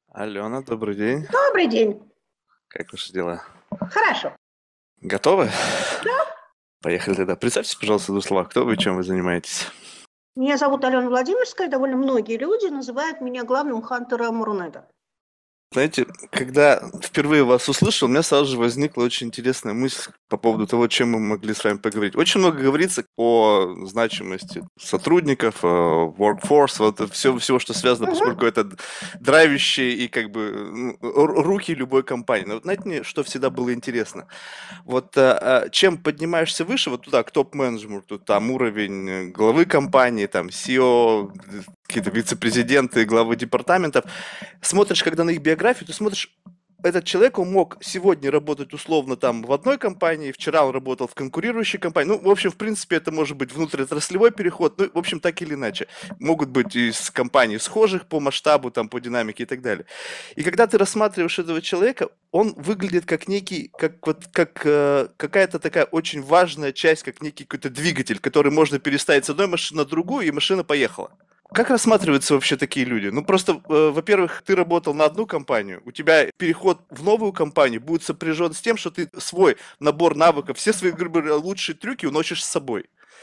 Алена, добрый день. Добрый день. Как ваши дела? Хорошо. Готовы? Да. Поехали тогда. Представьтесь, пожалуйста, в двух словах, кто вы и чем вы занимаетесь. Меня зовут Алена Владимирская. Довольно многие люди называют меня главным хантером Рунета. Знаете, когда впервые вас услышал, у меня сразу же возникла очень интересная мысль по поводу того, чем мы могли с вами поговорить. Очень много говорится о значимости сотрудников, workforce, вот всего, что связано, Мгм. поскольку это драйвящие и как бы руки любой компании. Но вот знаете, мне что всегда было интересно? Вот чем поднимаешься выше, вот туда, к топ-менеджменту, там уровень главы компании, там CEO, какие-то вице-президенты, главы департаментов, смотришь, когда на их биографию, ты смотришь, этот человек, он мог сегодня работать условно там в одной компании, вчера он работал в конкурирующей компании. Ну, в общем, в принципе, это может быть внутриотраслевой переход, ну, в общем, так или иначе. Могут быть из компаний схожих по масштабу, там, по динамике и так далее. И когда ты рассматриваешь этого человека, он выглядит как некий, как какая-то такая очень важная часть, как некий какой-то двигатель, который можно переставить с одной машины на другую, и машина поехала. Как рассматриваются вообще такие люди? Ну, просто, во-первых, ты работал на одну компанию, у тебя переход в новую компанию будет сопряжен с тем, что ты свой набор навыков, все свои, грубо говоря, лучшие трюки уносишь с собой.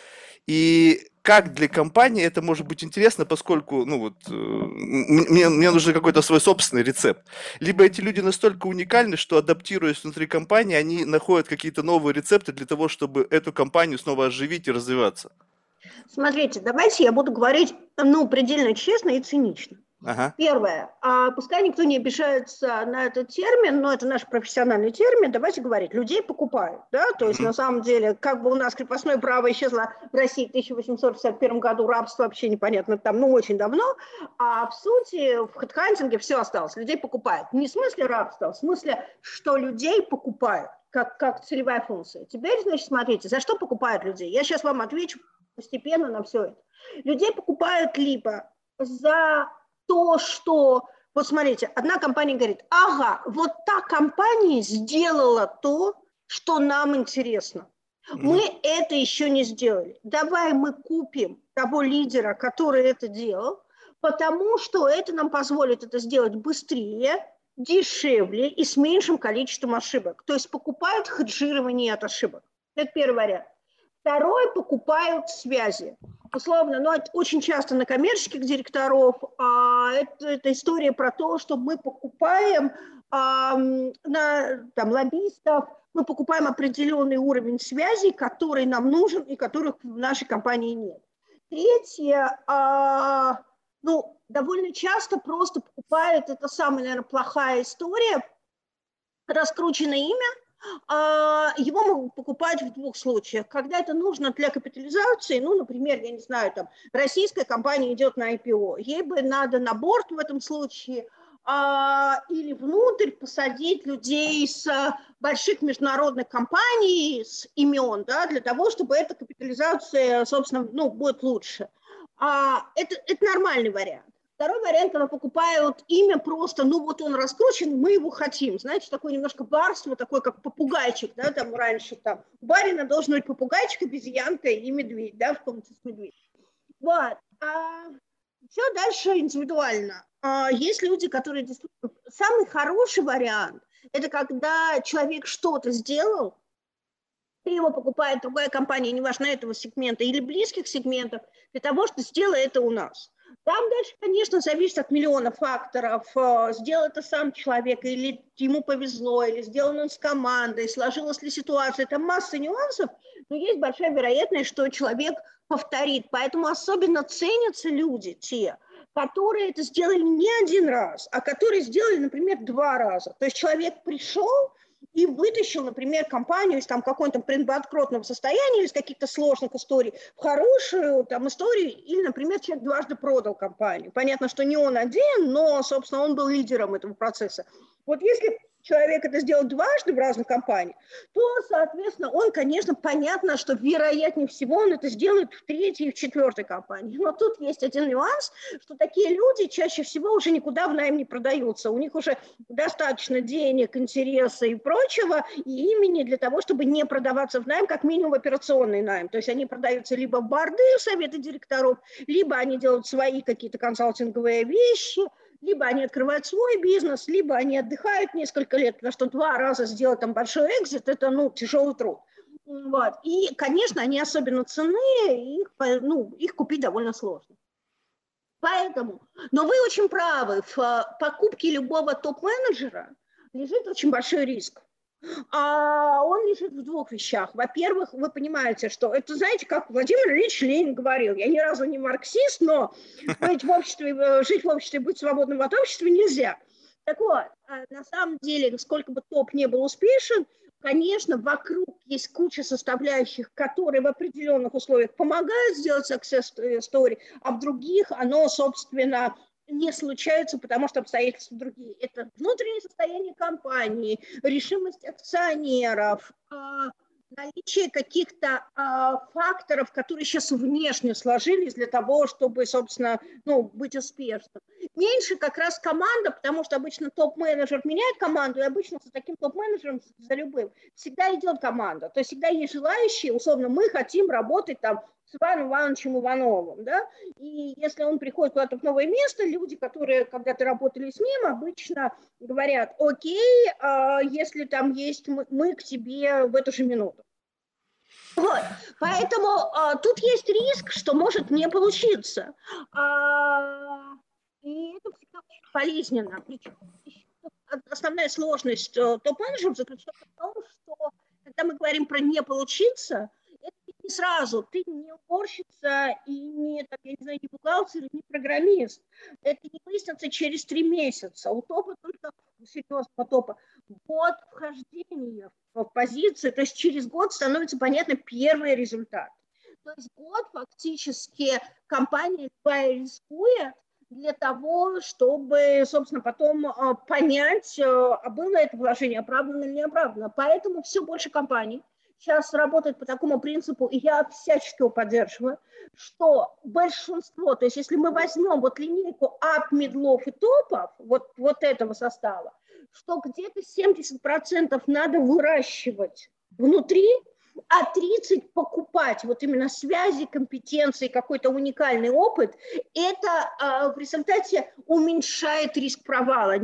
И как для компании это может быть интересно, поскольку, ну вот, мне нужен какой-то свой собственный рецепт. Либо эти люди настолько уникальны, что адаптируясь внутри компании, они находят какие-то новые рецепты для того, чтобы эту компанию снова оживить и развиваться. Смотрите, давайте я буду говорить, предельно честно и цинично. Ага. Первое. Пускай никто не обижается на этот термин, но это наш профессиональный термин. Давайте говорить, людей покупают. Да? То есть, Мгм. на самом деле, как бы у нас крепостное право исчезло в России в 1861 году, рабство вообще непонятно там, очень давно. А в сути, в хедхантинге все осталось. Людей покупают. Не в смысле рабства, а в смысле, что людей покупают как целевая функция. Теперь, значит, смотрите, за что покупают людей? Я сейчас вам отвечу постепенно на все это. Людей покупают либо за то, что, вот смотрите, одна компания говорит, ага, вот та компания сделала то, что нам интересно. Мы Мгм. это еще не сделали. Давай мы купим того лидера, который это делал, потому что это нам позволит это сделать быстрее, дешевле и с меньшим количеством ошибок. То есть покупают хеджирование от ошибок. Это первый вариант. Второй, покупают связи. Условно, но это очень часто на коммерческих директоров, это история про то, что мы покупаем лоббистов, мы покупаем определенный уровень связей, который нам нужен и которых в нашей компании нет. Третье, довольно часто просто покупают, это самая, наверное, плохая история, раскрученное имя, его могут покупать в двух случаях. Когда это нужно для капитализации, например, я не знаю, там, российская компания идет на IPO, ей бы надо на борт в этом случае или внутрь посадить людей с больших международных компаний, с имен, да, для того, чтобы эта капитализация, собственно, будет лучше. Это нормальный вариант. Второй вариант, когда покупают имя просто, он раскручен, мы его хотим. Знаете, такое немножко барство, такой как попугайчик, да, там раньше там у барина должен быть попугайчик, обезьянка и медведь, да, в комнате с медведем. Вот. Все дальше индивидуально. Есть люди, которые действительно... Самый хороший вариант – это когда человек что-то сделал, и его покупает другая компания, неважно этого сегмента или близких сегментов, для того, чтобы сделать это у нас. Там дальше, конечно, зависит от миллиона факторов. Сделал это сам человек, или ему повезло, или сделан он с командой, сложилась ли ситуация. Там масса нюансов, но есть большая вероятность, что человек повторит. Поэтому особенно ценятся люди те, которые это сделали не один раз, а которые сделали, например, 2 раза. То есть человек пришел и вытащил, например, компанию из какого-то предбанкротного состояния или из каких-то сложных историй в хорошую историю, или, например, человек дважды продал компанию. Понятно, что не он один, но, собственно, он был лидером этого процесса. Вот если человек это сделал дважды в разных компаниях, то, соответственно, он, конечно, понятно, что вероятнее всего он это сделает в третьей и в четвертой компании. Но тут есть один нюанс, что такие люди чаще всего уже никуда в найм не продаются. У них уже достаточно денег, интереса и прочего, и имени для того, чтобы не продаваться в найм, как минимум в операционный найм. То есть они продаются либо в борды, в советы директоров, либо они делают свои какие-то консалтинговые вещи, Либо они открывают свой бизнес, либо они отдыхают несколько лет, потому что 2 раза сделать там большой экзит – это, тяжелый труд. Вот. И, конечно, они особенно ценные, их купить довольно сложно. Поэтому, но вы очень правы, в покупке любого топ-менеджера лежит очень большой риск. А он лежит в 2 вещах. Во-первых, вы понимаете, что это, знаете, как Владимир Ильич Ленин говорил, я ни разу не марксист, но жить в обществе, быть свободным от общества нельзя. Так вот, на самом деле, сколько бы топ не был успешен, конечно, вокруг есть куча составляющих, которые в определенных условиях помогают сделать success story, а в других оно, собственно, не случается, потому что обстоятельства другие. Это внутреннее состояние компании, решимость акционеров, наличие каких-то факторов, которые сейчас внешне сложились для того, чтобы, собственно, быть успешным. Меньше как раз команда, потому что обычно топ-менеджер меняет команду, и обычно с таким топ-менеджером, за любым, всегда идет команда. То есть всегда есть желающие, условно, мы хотим работать там с Иваном Ивановичем Ивановым, да, и если он приходит куда-то в новое место, люди, которые когда-то работали с ним, обычно говорят: окей, если там есть, мы к тебе в эту же минуту. Вот. Поэтому тут есть риск, что может не получиться. И это всегда очень болезненно. Причем основная сложность топ-менеджеров заключается в том, что когда мы говорим про не получиться, это не сразу. Ты не уборщица и не бухгалтер, и не программист. Это не выяснится через 3 месяца. У топа только, серьезного топа, год вхождения в позицию, то есть через год становится понятно первый результат. То есть год фактически компания рискует для того, чтобы, собственно, потом понять, было это вложение оправдано или не оправдано. Поэтому все больше компаний сейчас работает по такому принципу, и я всячески его поддерживаю, что большинство, то есть если мы возьмем линейку от мидлов и топов, вот этого состава, что где-то 70% надо выращивать внутри, а 30% покупать, именно связи, компетенции, какой-то уникальный опыт, это в результате уменьшает риск провала,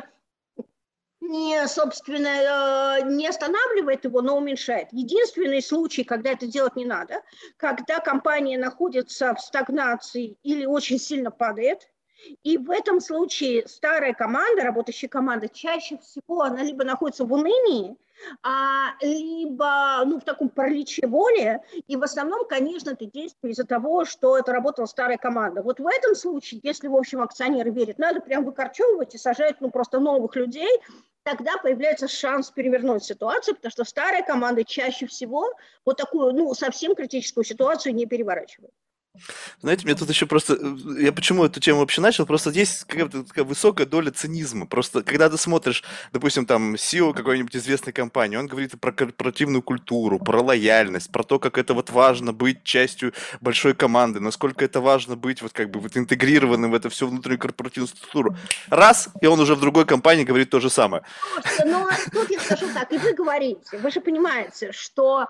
собственно, не останавливает его, но уменьшает. Единственный случай, когда это делать не надо, когда компания находится в стагнации или очень сильно падает, и в этом случае старая команда, работающая команда, чаще всего она либо находится в унынии, либо в таком параличе воли, и в основном, конечно, это действие из-за того, что это работала старая команда. Вот в этом случае, если, в общем, акционеры верят, надо прям выкорчевывать и сажать просто новых людей, тогда появляется шанс перевернуть ситуацию, потому что старая команда чаще всего такую, совсем критическую ситуацию не переворачивает. Знаете, мне тут еще просто... Я почему эту тему вообще начал? Просто здесь какая-то такая высокая доля цинизма. Просто когда ты смотришь, допустим, там, CEO какой-нибудь известной компании, он говорит про корпоративную культуру, про лояльность, про то, как это важно быть частью большой команды, насколько это важно быть интегрированным в это все внутреннюю корпоративную структуру. Раз, и он уже в другой компании говорит то же самое. Слушайте, но тут я скажу так, и вы говорите, вы же понимаете, что...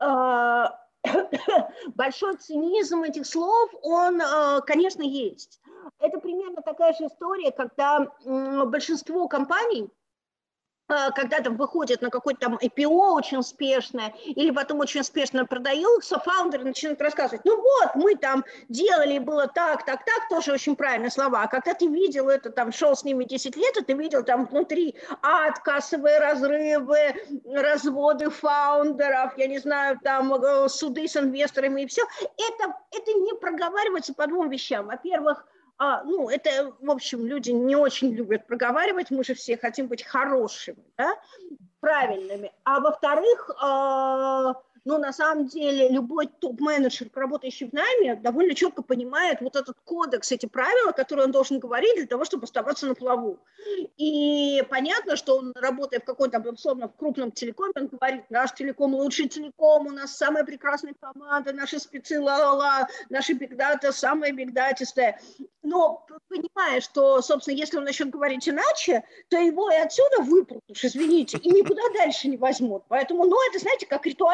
большой цинизм этих слов, он, конечно, есть. Это примерно такая же история, когда большинство компаний, когда там выходят на какой-то там IPO очень успешное, или потом очень успешно продаются, фаундеры начинают рассказывать: мы там делали, было так, тоже очень правильные слова. А когда ты видел это, там, шел с ними 10 лет, и ты видел там внутри ад, кассовые разрывы, разводы фаундеров, я не знаю, там, суды с инвесторами и все, это не проговаривается по 2 вещам. Во-первых, это, в общем, люди не очень любят проговаривать, мы же все хотим быть хорошими, да, правильными. А во-вторых, на самом деле, любой топ-менеджер, работающий в найме, довольно четко понимает этот кодекс, эти правила, которые он должен говорить для того, чтобы оставаться на плаву. И понятно, что он, работая в какой-то, условно, в крупном телекоме, он говорит: наш телеком лучший телеком, у нас самая прекрасная команда, наши спецы, наши бигдата самые бигдатистые. Но понимая, что, собственно, если он начнет говорить иначе, то его и отсюда выпрут, извините, и никуда дальше не возьмут. Поэтому, это, знаете, как ритуальная танец,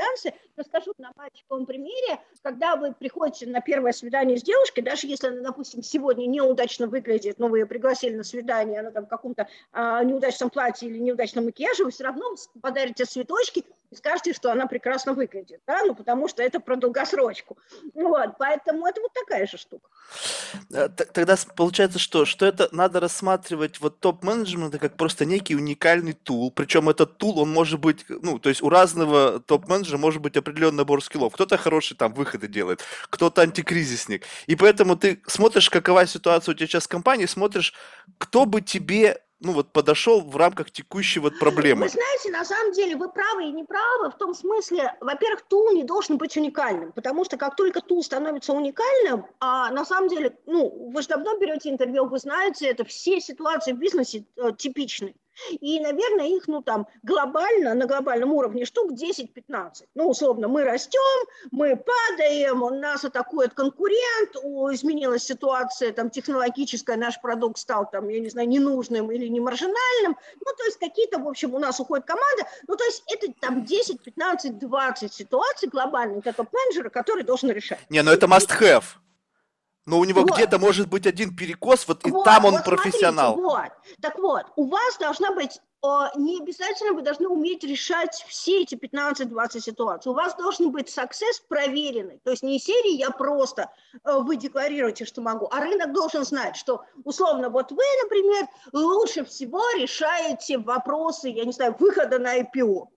танцы. Расскажу на мальчиковом примере, когда вы приходите на первое свидание с девушкой, даже если она, допустим, сегодня неудачно выглядит, но вы ее пригласили на свидание, она там в каком-то неудачном платье или неудачном макияже, вы все равно подарите цветочки и скажете, что она прекрасно выглядит, да, ну, потому что это про долгосрочку. Вот, поэтому это вот такая же штука. Тогда получается что? Что это надо рассматривать вот топ-менеджмента как просто некий уникальный тул. Причем этот тул, он может быть, ну, то есть у разного топ-менеджера может быть определенный набор скиллов. Кто-то хороший там выходы делает, кто-то антикризисник. И поэтому ты смотришь, какова ситуация у тебя сейчас в компании, смотришь, кто бы тебе, ну, вот подошел в рамках текущей вот Вы проблемы. знаете, на самом деле вы правы и не правы в том смысле, во-первых, тул не должен быть уникальным, потому что как только тул становится уникальным, на самом деле, ну, вы же давно берете интервью, вы знаете, это все ситуации в бизнесе типичны. И, наверное, их, ну, там, глобально, на глобальном уровне штук 10-15. Ну, условно, мы растем, мы падаем, нас атакует конкурент, изменилась ситуация там технологическая, наш продукт стал там, я не знаю, ненужным или не маржинальным. Ну, то есть какие-то, в общем, у нас уходит команда. Ну, то есть это там 10, 15, 20 ситуаций глобальных для топ-менеджера, который должен решать. Не, ну это must-have. Но у него Вот. где-то может быть один перекос, вот и там он профессионал. Смотрите, вот. Так вот, у вас должна быть, не обязательно вы должны уметь решать все эти 15-20 ситуаций. У вас должен быть success проверенный. То есть не серии я просто, вы декларируете, что могу, а рынок должен знать, что условно вот вы, например, лучше всего решаете вопросы, я не знаю, выхода на IPO.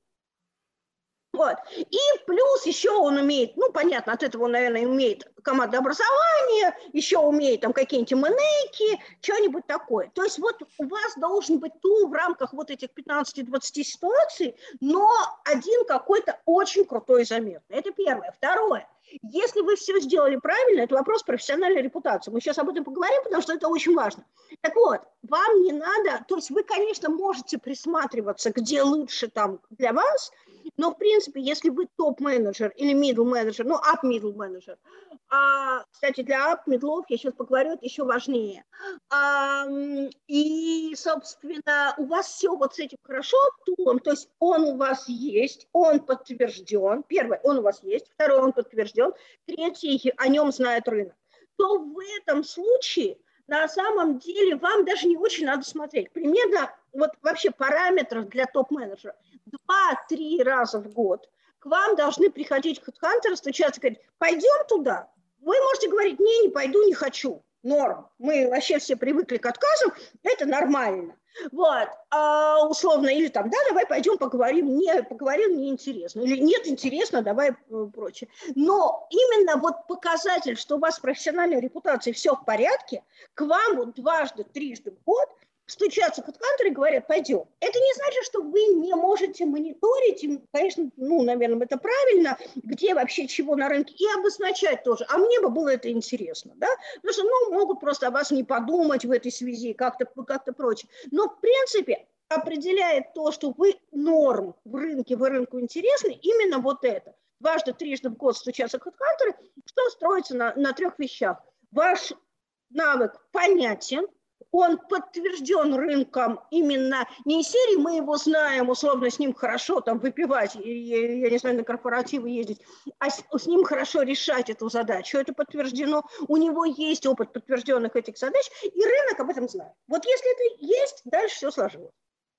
Вот. И плюс еще он умеет, ну, понятно, от этого он, наверное, умеет командообразование, еще умеет там какие-нибудь M&A, что-нибудь такое. То есть вот у вас должен быть тул в рамках вот этих 15-20 ситуаций, но один какой-то очень крутой и заметный. Это первое. Второе. Если вы все сделали правильно, это вопрос профессиональной репутации. Мы сейчас об этом поговорим, потому что это очень важно. Так вот, вам не надо, то есть вы, конечно, можете присматриваться, где лучше там для вас, но, в принципе, если вы топ-менеджер или middle-менеджер, ну, up-middle менеджер, кстати, для up-middle я сейчас поговорю, это еще важнее. И, собственно, у вас все вот с этим хорошо, тулом, то есть он у вас есть, он подтвержден. Первое, он у вас есть. Второе, он подтвержден. Третье, о нем знает рынок. То в этом случае на самом деле вам даже не очень надо смотреть. Примерно вот вообще параметров для топ-менеджера 2-3 раза в год к вам должны приходить хедхантеры, стучаться и говорить, пойдем туда. Вы можете говорить, не пойду, не хочу. Норм. Мы вообще все привыкли к отказам, это нормально. Вот, условно, или там, да, давай пойдем поговорим, не поговорим, неинтересно, или нет, интересно, давай прочее. Но именно вот показатель, что у вас профессиональная репутация, все в порядке, к вам вот дважды, трижды в год стучатся хедхантеры и говорят, пойдем. Это не значит, что вы не можете мониторить, и, конечно, ну, наверное, это правильно, где вообще чего на рынке, и обозначать тоже. А мне бы было это интересно, да? Потому что, ну, могут просто о вас не подумать в этой связи, как-то прочее. Но, в принципе, определяет то, что вы норм в рынке, вы рынку интересны, именно вот это. Дважды, трижды в год стучатся хедхантеры, что строится на 3 вещах. Ваш навык понятен, он подтвержден рынком именно не из серии, мы его знаем, условно, с ним хорошо там выпивать, я не знаю, на корпоративы ездить, а с ним хорошо решать эту задачу. Это подтверждено, у него есть опыт подтвержденных этих задач, и рынок об этом знает. Вот если это есть, дальше все сложилось.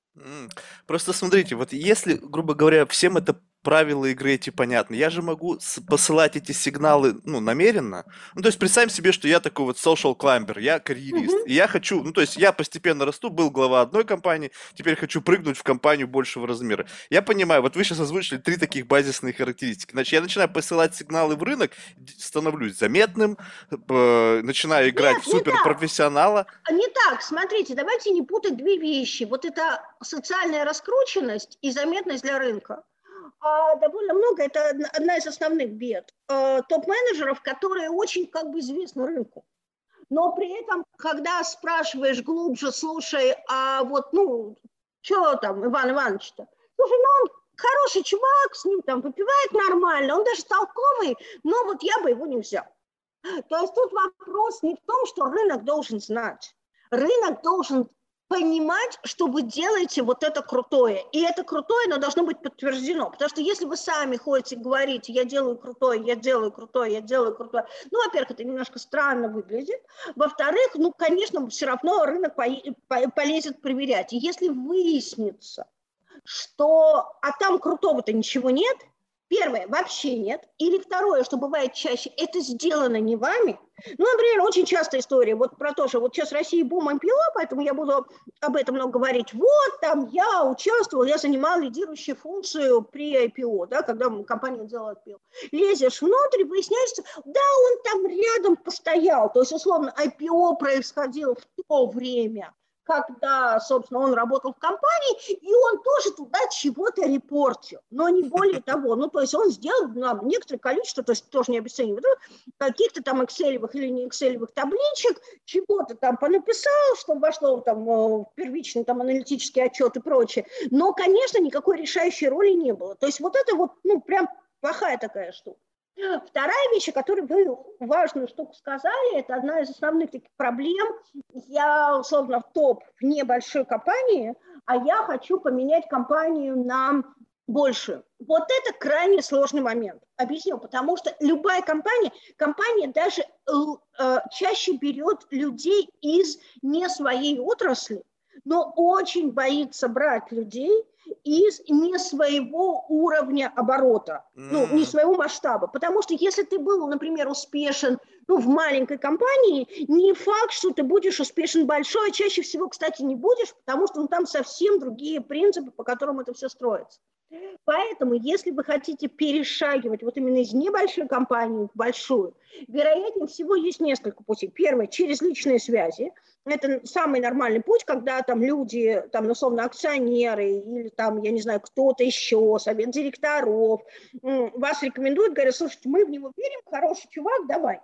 Просто смотрите, вот если, грубо говоря, всем это правила игры эти понятны, я же могу посылать эти сигналы, ну, намеренно. Ну, то есть представим себе, что я такой вот social climber, я карьерист, и я хочу, ну, то есть я постепенно расту, был глава одной компании, теперь хочу прыгнуть в компанию большего размера. Я понимаю, вот вы сейчас озвучили 3 таких базисные характеристики. Значит, я начинаю посылать сигналы в рынок, становлюсь заметным, начинаю играть в суперпрофессионала. Не так, смотрите, давайте не путать 2 вещи. Вот это социальная раскрученность и заметность для рынка. Довольно много, это одна из основных бед топ-менеджеров, которые очень как бы известны рынку. Но при этом, когда спрашиваешь глубже, слушай, а вот, ну, что там Иван Иванович-то? Слушай, ну он хороший чувак, с ним там выпивает нормально, он даже толковый, но вот я бы его не взял. То есть тут вопрос не в том, что рынок должен знать. Рынок должен понимать, что вы делаете вот это крутое. И это крутое, оно должно быть подтверждено. Потому что если вы сами ходите и говорите, я делаю крутое, я делаю крутое, я делаю крутое, ну, во-первых, это немножко странно выглядит. Во-вторых, ну, конечно, все равно рынок полезет проверять. И если выяснится, что а там крутого-то ничего нет, первое, вообще нет, или второе, что бывает чаще, это сделано не вами. Ну, например, очень частая история, вот про то, что вот сейчас в России бум IPO, поэтому я буду об этом много говорить. Вот там я участвовал, я занимал лидирующую функцию при IPO, да, когда компания делала IPO. Лезешь внутрь, выясняется, да, он там рядом постоял, то есть, условно, IPO происходило в то время, когда, собственно, он работал в компании, и он тоже туда чего-то репортил, но не более того. Ну, то есть он сделал нам некоторое количество, то есть тоже не обесценивает, каких-то там экселевых или не экселевых табличек, чего-то там понаписал, что вошло там в первичный там аналитический отчет и прочее. Но, конечно, никакой решающей роли не было. То есть вот это вот, ну, прям плохая такая штука. Вторая вещь, о которой вы важную штуку сказали, это одна из основных таких проблем. Я, условно, в топ в небольшой компании, а я хочу поменять компанию на большую. Вот это крайне сложный момент. Объясню, потому что любая компания даже чаще берет людей из не своей отрасли, но очень боится брать людей из не своего уровня оборота, ну, не своего масштаба. Потому что если ты был, например, успешен в маленькой компании, не факт, что ты будешь успешен большой, а чаще всего, кстати, не будешь, потому что там совсем другие принципы, по которым это все строится. Поэтому, если вы хотите перешагивать вот именно из небольшой компании в большую, вероятнее всего есть несколько путей. Первое, через личные связи. Это самый нормальный путь, когда там люди, там, условно, акционеры или там, я не знаю, кто-то еще, совет директоров, вас рекомендуют, говорят, слушайте, мы в него верим, хороший чувак, давай.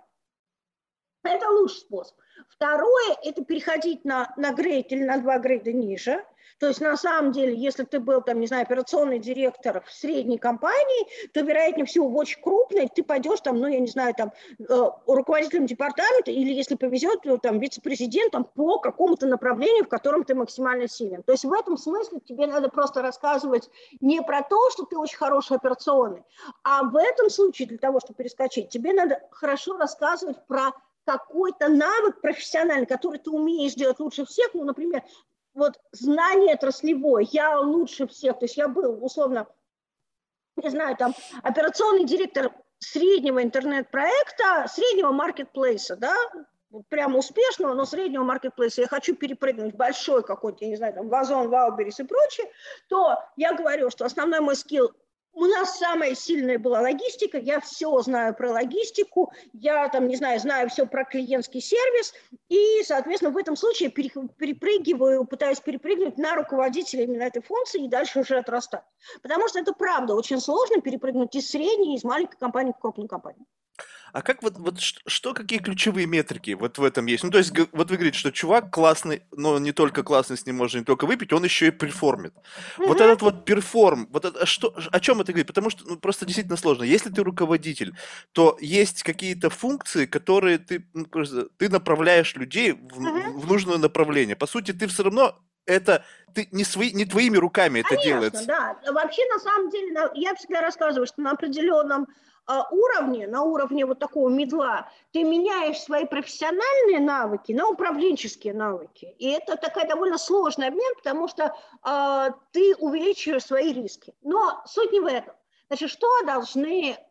Это лучший способ. Второе, это переходить на грейд или на 2 грейда ниже. То есть, на самом деле, если ты был, там, не знаю, операционный директор в средней компании, то, вероятнее всего, в очень крупной ты пойдешь, там, ну, я не знаю, там, руководителем департамента или, если повезет, там, вице-президентом по какому-то направлению, в котором ты максимально силен. То есть, в этом смысле тебе надо просто рассказывать не про то, что ты очень хороший операционный, а в этом случае, для того, чтобы перескочить, тебе надо хорошо рассказывать про какой-то навык профессиональный, который ты умеешь делать лучше всех, ну, например, вот знание отраслевое, я лучше всех, то есть я был, условно, не знаю, там, операционный директор среднего интернет-проекта, среднего маркетплейса, да, прямо успешного, но среднего маркетплейса, я хочу перепрыгнуть в большой какой-то, я не знаю, там, Озон, Вауберис и прочее, то я говорю, что основной мой скилл, у нас самая сильная была логистика, я все знаю про логистику, я там, не знаю, знаю все про клиентский сервис, и, соответственно, в этом случае перепрыгиваю, пытаюсь перепрыгнуть на руководителя именно этой функции и дальше уже отрастать. Потому что это правда очень сложно перепрыгнуть из средней, из маленькой компании в крупную компанию. А как что, какие ключевые метрики вот в этом есть? Ну, то есть, вот вы говорите, что чувак классный, но не только классный, с ним можно не только выпить, он еще и перформит. Вот этот вот перформ, вот это, о чем это говорит? Потому что просто действительно сложно. Если ты руководитель, то есть какие-то функции, которые ты направляешь людей в нужное направление. По сути, ты все равно ты не твоими руками это Конечно, делается. да. Вообще, на самом деле, я всегда рассказываю, что на определенном уровне, на уровне вот такого медла, ты меняешь свои профессиональные навыки на управленческие навыки. И это такая довольно сложный обмен, потому что ты увеличиваешь свои риски. Но суть не в этом. Значит, что должен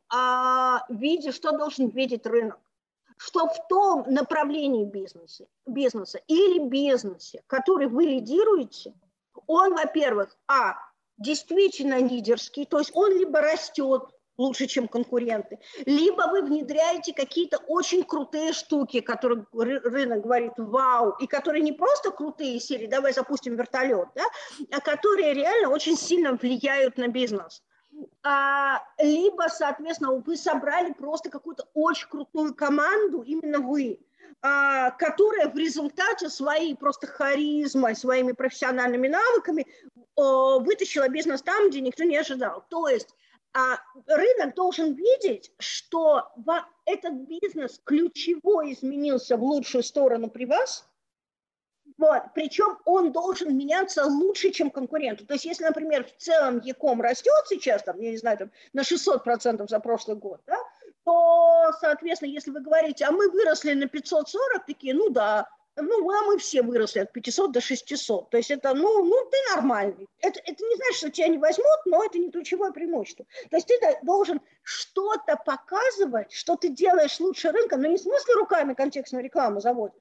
видеть рынок? Что в том направлении бизнеса или бизнесе, который вы лидируете, он, во-первых, действительно лидерский, то есть он либо растет лучше, чем конкуренты, либо вы внедряете какие-то очень крутые штуки, которые рынок говорит вау, и которые не просто крутые серии, давай запустим вертолет, да, а которые реально очень сильно влияют на бизнес. Либо, соответственно, вы собрали просто какую-то очень крутую команду, именно вы, которая в результате своей просто харизмой, своими профессиональными навыками вытащила бизнес там, где никто не ожидал. То есть рынок должен видеть, что этот бизнес ключево изменился в лучшую сторону при вас, Вот. Причем он должен меняться лучше, чем конкуренты. То есть, если, например, в целом Яком растет сейчас, там, я не знаю, там, на 600% за прошлый год, да, то, соответственно, если вы говорите, а мы выросли на 540, такие, ну да, ну, а мы все выросли от 500 до 600. То есть это, ты нормальный. Это не значит, что тебя не возьмут, но это не ключевое преимущество. То есть ты должен что-то показывать, что ты делаешь лучше рынка, но не в смысле руками контекстную рекламу заводишь,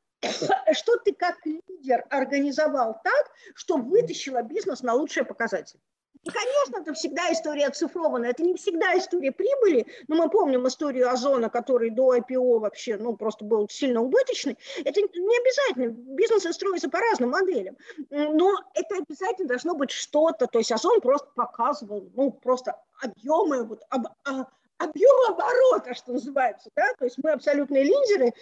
что ты как лидер организовал так, что вытащила бизнес на лучшие показатели. И, конечно, это всегда история оцифрованная. Это не всегда история прибыли, но мы помним историю Озона, который до IPO вообще, просто был сильно убыточный. Это не обязательно. Бизнес строится по разным моделям. Но это обязательно должно быть что-то. То есть Озон просто показывал, просто объемы, объем оборота, что называется, да, то есть мы абсолютные лидеры,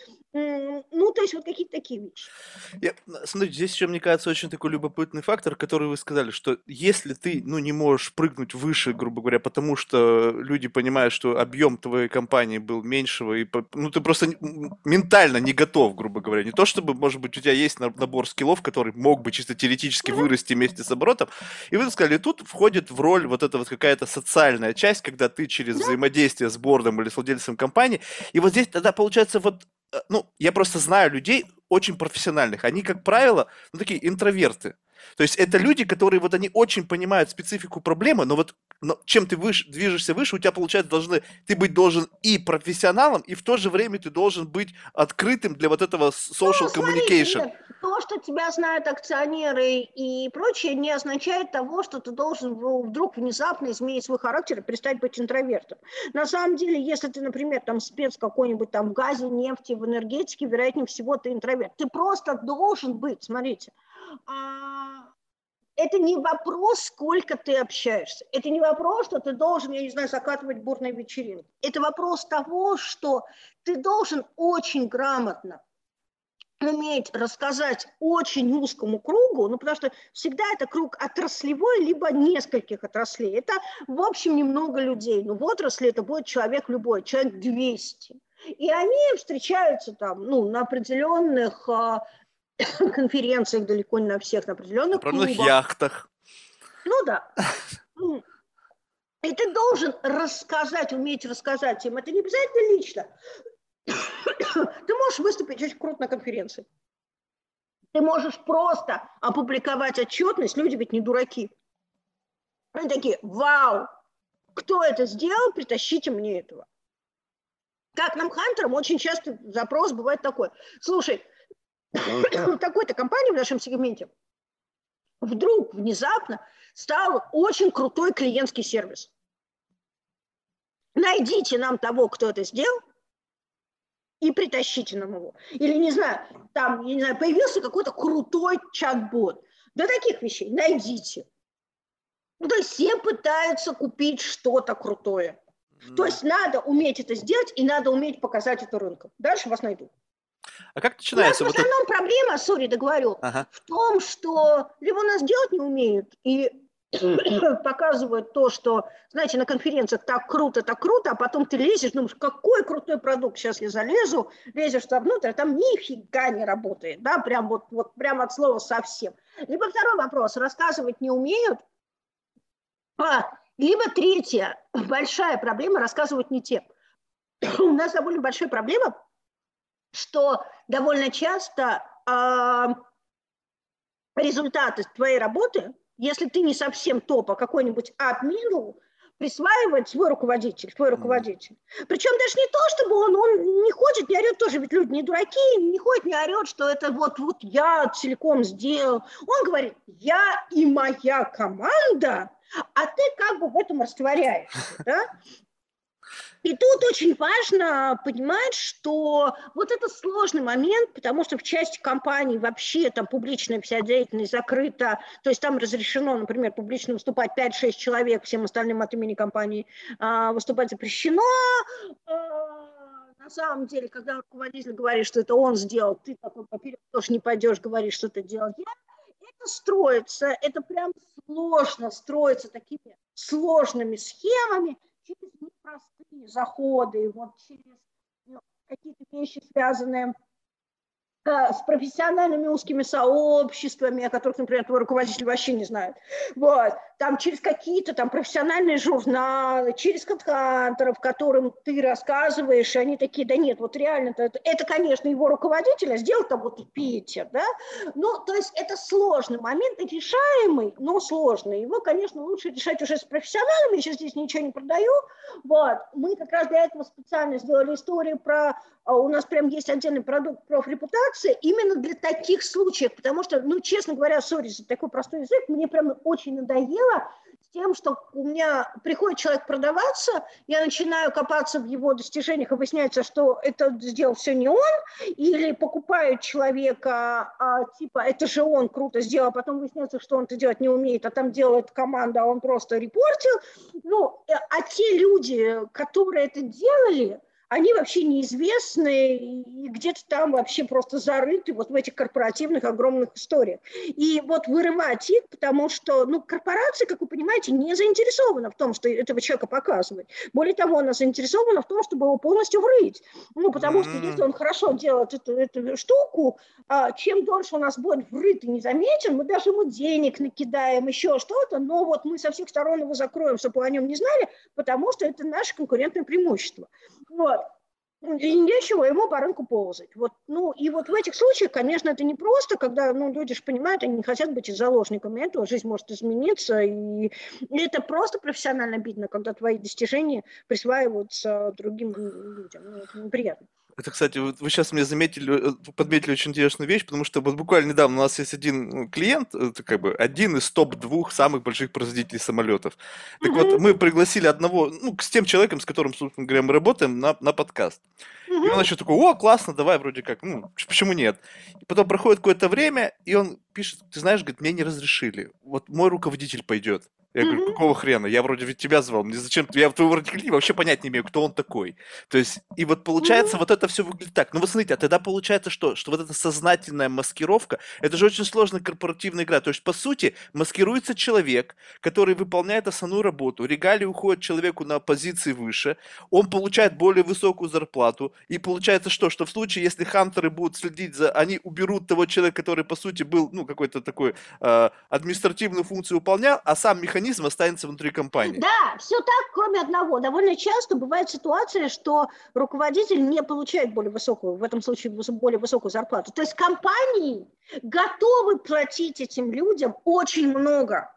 то есть вот какие-то такие вещи. Смотрите, здесь еще, мне кажется, очень такой любопытный фактор, который вы сказали, что если ты, не можешь прыгнуть выше, грубо говоря, потому что люди понимают, что объем твоей компании был меньшего, и, ты просто ментально не готов, грубо говоря. Не то чтобы, может быть, у тебя есть набор скиллов, который мог бы чисто теоретически вырасти вместе с оборотом, и вы сказали, тут входит в роль вот эта вот какая-то социальная часть, когда ты через взаимодействие с бордом или с владельцем компании, и вот здесь тогда получается я просто знаю людей очень профессиональных. Они, как правило, такие интроверты. То есть это люди, которые они очень понимают специфику проблемы, но чем ты движешься выше, у тебя, получается, ты быть должен и профессионалом, и в то же время ты должен быть открытым для вот этого social communication. Смотрите, то, что тебя знают акционеры и прочее, не означает того, что ты должен вдруг внезапно изменить свой характер и перестать быть интровертом. На самом деле, если ты, например, спец какой-нибудь в газе, нефти, в энергетике, вероятнее всего ты интроверт. Ты просто должен быть, смотрите, это не вопрос, сколько ты общаешься. Это не вопрос, что ты должен, я не знаю, закатывать бурные вечеринки. Это вопрос того, что ты должен очень грамотно уметь рассказать очень узкому кругу, потому что всегда это круг отраслевой, либо нескольких отраслей. Это, в общем, немного людей. Но в отрасли это будет человек любой, человек 200. И они встречаются на определенных конференциях, далеко не на всех, на определенных клубах. Яхтах. Да. И ты должен уметь рассказать им. Это не обязательно лично. Ты можешь выступить очень круто на конференции. Ты можешь просто опубликовать отчетность, люди ведь не дураки. Они такие, вау, кто это сделал, притащите мне этого. Как нам, хантерам, очень часто запрос бывает такой. Слушай, в такой-то компании в нашем сегменте вдруг внезапно стал очень крутой клиентский сервис. Найдите нам того, кто это сделал, и притащите нам его. Или, появился какой-то крутой чат-бот. До таких вещей найдите. То есть все пытаются купить что-то крутое. То есть надо уметь это сделать, и надо уметь показать это рынку. Дальше вас найдут. А как начинается? У нас в основном проблема, договорю, в том, что либо у нас делать не умеют, и показывают то, что, знаете, на конференциях так круто, а потом ты лезешь, думаешь, какой крутой продукт, сейчас я залезу, лезешь туда внутрь, а там нифига не работает, да, прям прям от слова совсем. Либо второй вопрос, рассказывать не умеют, либо третья большая проблема, рассказывать не тем. У нас довольно большая проблема, что довольно часто результаты твоей работы, если ты не совсем топ, а какой-нибудь up-middle, присваивает твой руководитель. Причем даже не то, чтобы он не ходит, не орет тоже, ведь люди не дураки, не ходит, не орет, что это вот я целиком сделал. Он говорит, я и моя команда, а ты как бы в этом растворяешься, да? И тут очень важно понимать, что вот это сложный момент, потому что в части компаний вообще там публичная вся деятельность закрыта, то есть там разрешено, например, публично выступать 5-6 человек, всем остальным от имени компании выступать запрещено. На самом деле, когда руководитель говорит, что это он сделал, ты такой поперек тоже не пойдешь, говоришь, что это делал я. Это строится, это прям сложно строится такими сложными схемами, через непростые заходы, через какие-то вещи, связанные с профессиональными узкими сообществами, о которых, например, твой руководитель вообще не знает. Вот. Там через какие-то там профессиональные журналы, через хедхантеров, которым ты рассказываешь, и они такие, да нет, вот реально, это конечно, его руководитель, а сделал там вот Питер, да? Ну, то есть это сложный момент, решаемый, но сложный. Его, конечно, лучше решать уже с профессионалами, я сейчас здесь ничего не продаю. Вот. Мы как раз для этого специально сделали историю про... У нас прям есть отдельный продукт профрепутации именно для таких случаев, потому что, ну, честно говоря, сори за такой простой язык, мне прям очень надоело с тем, что у меня приходит человек продаваться, я начинаю копаться в его достижениях, и выясняется, что это сделал все не он, или покупают человека, типа, это же он круто сделал, а потом выясняется, что он это делать не умеет, а там делает команда, а он просто репортил. Ну, а те люди, которые это делали, они вообще неизвестны и где-то там вообще просто зарыты вот в этих корпоративных огромных историях. И вот вырывать их, потому что, ну, корпорация, как вы понимаете, не заинтересована в том, что этого человека показывать. Более того, она заинтересована в том, чтобы его полностью врыть. Ну, потому что если он хорошо делает эту штуку, чем дольше у нас будет врыт и незаметен, мы даже ему денег накидаем, еще что-то, но вот мы со всех сторон его закроем, чтобы вы о нем не знали, потому что это наше конкурентное преимущество. Вот. И нечего ему по рынку ползать. Вот, ну, и вот в этих случаях, конечно, это не просто, когда, ну, люди же понимают, они не хотят быть заложниками этого, жизнь может измениться, и это просто профессионально обидно, когда твои достижения присваиваются другим людям. Ну, это неприятно. Это, кстати, вот вы сейчас мне подметили очень интересную вещь, потому что вот буквально недавно у нас есть один клиент, это как бы один из топ-2 самых больших производителей самолетов. Так вот, мы пригласили одного, ну, с тем человеком, с которым, собственно говоря, мы работаем, на подкаст. И он еще такой, о, классно, давай, вроде как, ну, почему нет? И потом проходит какое-то время, и он пишет, ты знаешь, говорит, мне не разрешили, вот мой руководитель пойдет. Я говорю, какого хрена? Я вроде ведь тебя звал, мне зачем? Я твоего руководителя вообще понять не имею, кто он такой. То есть, и вот получается, вот это все выглядит так. Ну вот смотрите, а тогда получается что? Что вот эта сознательная маскировка, это же очень сложная корпоративная игра. То есть, по сути, маскируется человек, который выполняет основную работу, регалии уходят человеку на позиции выше, он получает более высокую зарплату, и получается что? Что в случае, если хантеры будут следить за, они уберут того человека, который, по сути, был, ну, какой-то такой административную функцию выполнял, а сам механизм останется внутри компании. Да, все так, кроме одного. Довольно часто бывает ситуация, что руководитель не получает более высокую, в этом случае более высокую зарплату. То есть компании готовы платить этим людям очень много.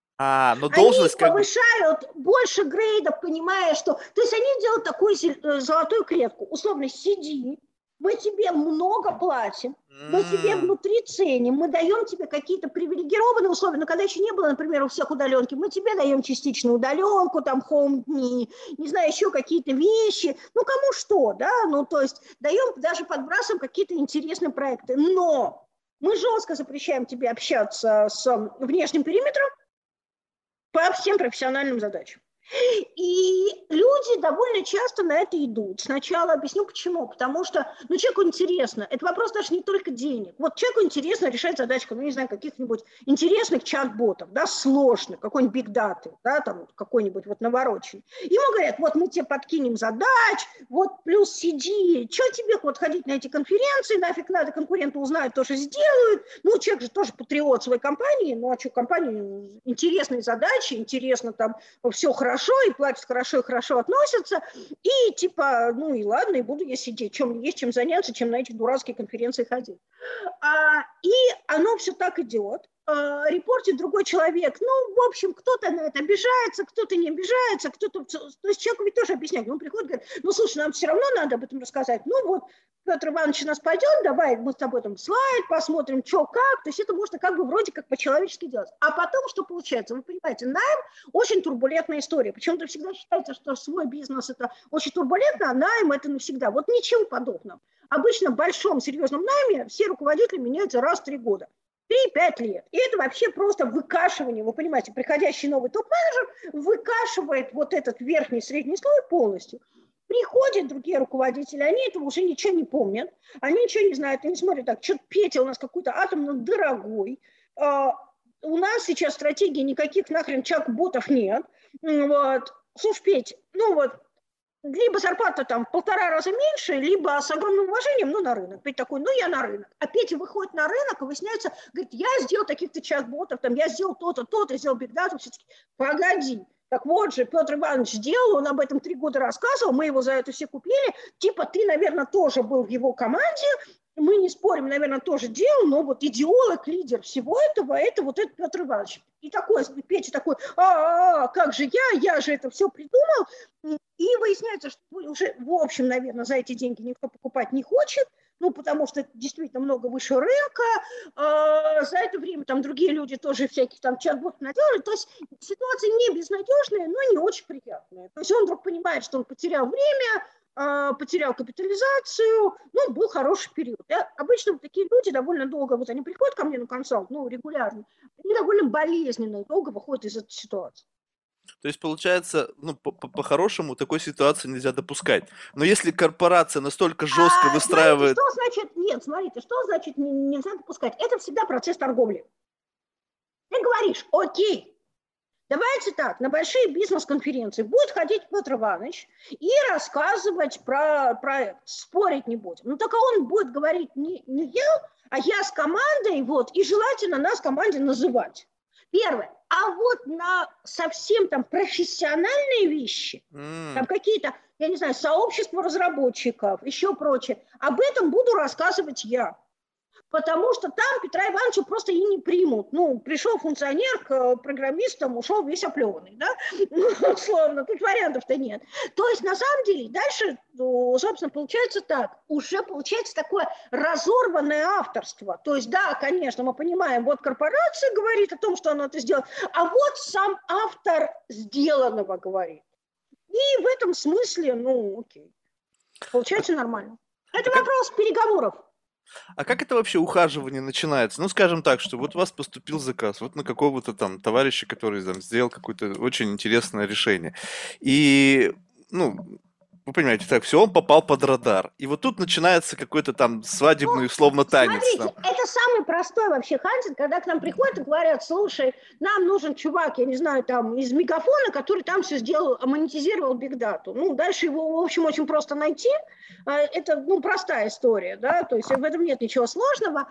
Но Они должность как бы... повышают больше грейдов, понимая, что... То есть они делают такую золотую клетку. Условно, сиди, мы тебе много платим, мы тебе внутри ценим, мы даем тебе какие-то привилегированные условия, но когда еще не было, например, у всех удаленки, мы тебе даем частичную удаленку, там, хоум-дни, не знаю, еще какие-то вещи, ну, кому что, да, ну, то есть даем, даже подбрасываем какие-то интересные проекты, но мы жестко запрещаем тебе общаться с внешним периметром по всем профессиональным задачам. И люди довольно часто на это идут. Сначала объясню почему. Потому что, ну, человеку интересно. Это вопрос даже не только денег. Вот человеку интересно решать задачку, ну, не знаю, каких-нибудь интересных чат-ботов, да, сложных, какой-нибудь биг-даты, да, там, какой-нибудь вот навороченный. Ему говорят, вот мы тебе подкинем задач, вот плюс сиди, что тебе вот ходить на эти конференции, нафиг надо, конкуренты узнают, тоже сделают. Ну, человек же тоже патриот своей компании, ну, а что, компании интересные задачи, интересно там все хорошо, и платят хорошо, и хорошо относятся, и типа, ну и ладно, и буду я сидеть, чем есть чем заняться, чем на эти дурацкие конференции ходить. И оно все так идет. Репортит другой человек, ну, в общем, кто-то на это обижается, кто-то не обижается, кто-то... То есть человеку ведь тоже объяснять. Он приходит и говорит, ну, слушай, нам все равно надо об этом рассказать. Ну, вот, Петр Иванович у нас пойдет, давай мы с тобой там слайд посмотрим, что как. То есть это можно как бы вроде как по-человечески делать. А потом что получается? Вы понимаете, найм очень турбулентная история. Почему-то всегда считается, что свой бизнес это очень турбулентно, а найм это навсегда. Вот ничего подобного. Обычно в большом серьезном найме все руководители меняются раз в 3 года. 3-5 лет. И это вообще просто выкашивание. Вы понимаете, приходящий новый топ-менеджер выкашивает вот этот верхний средний слой полностью. Приходят другие руководители, они этого уже ничего не помнят, они ничего не знают, они смотрят так, что-то Петя у нас какой-то атомно дорогой, у нас сейчас стратегии никаких нахрен чат-ботов нет, вот, слушай, Петь, ну вот, либо зарплата там в 1,5 раза меньше, либо с огромным уважением, ну, на рынок. Петя такой, ну, я на рынок. А Петя выходит на рынок, и выясняется, говорит, я сделал таких-то чат-ботов, там, я сделал то-то, то-то, сделал бигдату. Все таки погоди. Так вот же, Петр Иванович сделал, он об этом 3 года рассказывал, мы его за это все купили. Типа, ты, наверное, тоже был в его команде, мы не спорим, наверное, тоже делал, но вот идеолог, лидер всего этого, это вот этот Петр Иванович. И такой, Петя такой, как же я же это все придумал. И выясняется, что уже, в общем, наверное, за эти деньги никто покупать не хочет, ну, потому что это действительно много выше рынка. За это время там другие люди тоже всяких там чат-ботов наделали. То есть ситуация не безнадежная, но не очень приятная. То есть он вдруг понимает, что он потерял время, потерял капитализацию, ну, был хороший период. Да? Обычно вот такие люди довольно долго, вот они приходят ко мне на консалт, ну, регулярно, они довольно болезненно и долго выходят из этой ситуации. То есть, получается, ну, по-хорошему такой ситуации нельзя допускать. Но если корпорация настолько жестко Смотрите, выстраивает... что значит, нет, смотрите, что значит нельзя допускать? Это всегда процесс торговли. Ты говоришь, окей, давайте так, на большие бизнес-конференции будет ходить Петр Иванович и рассказывать про проект, спорить не будем. Ну, только он будет говорить не я, а я с командой, вот, и желательно нас команде называть. Первое. А вот на совсем там профессиональные вещи, там какие-то, я не знаю, сообщество разработчиков, еще прочее, об этом буду рассказывать я. Потому что там Петра Ивановича просто и не примут. Ну, пришел функционер к программистам, ушел весь оплеванный, да? Ну, условно, тут вариантов-то нет. То есть, на самом деле, дальше, собственно, получается так. Уже получается такое разорванное авторство. То есть, да, конечно, мы понимаем, вот корпорация говорит о том, что она это сделала, а вот сам автор сделанного говорит. И в этом смысле, ну, окей. Получается нормально. Это вопрос переговоров. А как это вообще ухаживание начинается? Ну, скажем так, что вот у вас поступил заказ, вот на какого-то там товарища, который там сделал какое-то очень интересное решение. И, ну, вы понимаете, так, все, он попал под радар. И вот тут начинается какой-то там свадебный, условно, танец. Смотрите, это самый простой вообще хантинг, когда к нам приходят и говорят, слушай, нам нужен чувак, я не знаю, там, из Мегафона, который там все сделал, монетизировал бигдату. Ну, дальше его, в общем, очень просто найти. Это, ну, простая история, да, то есть в этом нет ничего сложного.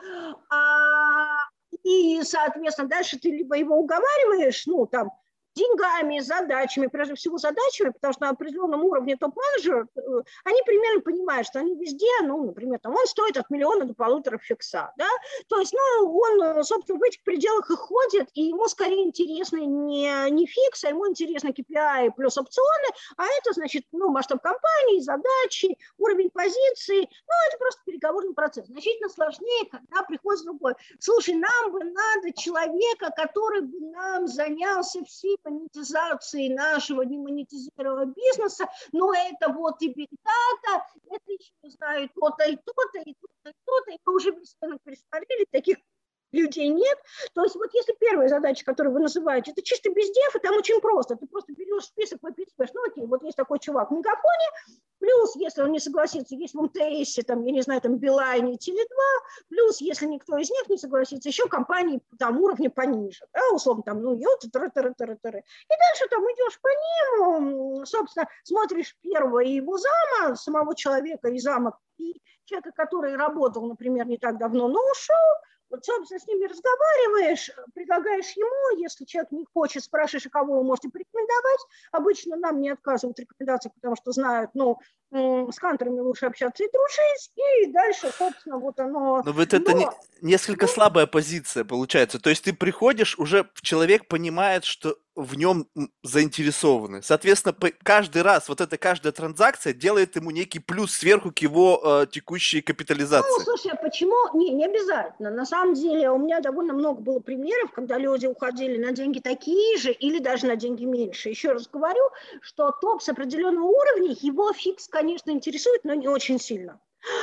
И, соответственно, дальше ты либо его уговариваешь, ну, там, деньгами, задачами, прежде всего задачами, потому что на определенном уровне топ-менеджер, они примерно понимают, что они везде, ну, например, там, он стоит от 1 миллиона до 1,5 фикса, да, то есть, ну, он, собственно, в этих пределах и ходит, и ему скорее интересно не фикс, а ему интересно KPI плюс опционы, а это, значит, ну, масштаб компании, задачи, уровень позиции, ну, это просто переговорный процесс. Значительно сложнее, когда приходит другой. Слушай, нам бы надо человека, который бы нам занялся всей монетизации нашего немонетизированного бизнеса, но это вот и бигдата, это еще не знаю, то-то и то-то, и то-то, и то-то, и мы уже без рынок пересмотрели, таких людей нет. То есть вот если первая задача, которую вы называете, это чисто бездев, и там очень просто. Ты просто берешь список, выписываешь, ну окей, вот есть такой чувак в Мегафоне, плюс, если он не согласится, есть в МТС, там, я не знаю, там, Билайне, Теле2, плюс, если никто из них не согласится, еще компании там уровня пониже, да, условно, там, ну, йоты, тыры. И дальше там идешь по ним, собственно, смотришь первого и его зама, самого человека и зама, и человека, который работал, например, не так давно, но ушел, вот, собственно, с ними разговариваешь, предлагаешь ему, если человек не хочет, спрашиваешь, кого вы можете порекомендовать. Обычно нам не отказывают в рекомендациях, потому что знают, ну, с канторами лучше общаться и дружить, и дальше, собственно, вот оно... Но вот это несколько слабая позиция получается. То есть ты приходишь, уже человек понимает, что в нем заинтересованы. Соответственно, каждый раз, вот эта каждая транзакция делает ему некий плюс сверху к его текущей капитализации. Ну, слушай, а почему? Не обязательно. На самом деле у меня довольно много было примеров, когда люди уходили на деньги такие же или даже на деньги меньше. Еще раз говорю, что топ с определенного уровня, его фикс, конечно, интересует, но не очень сильно.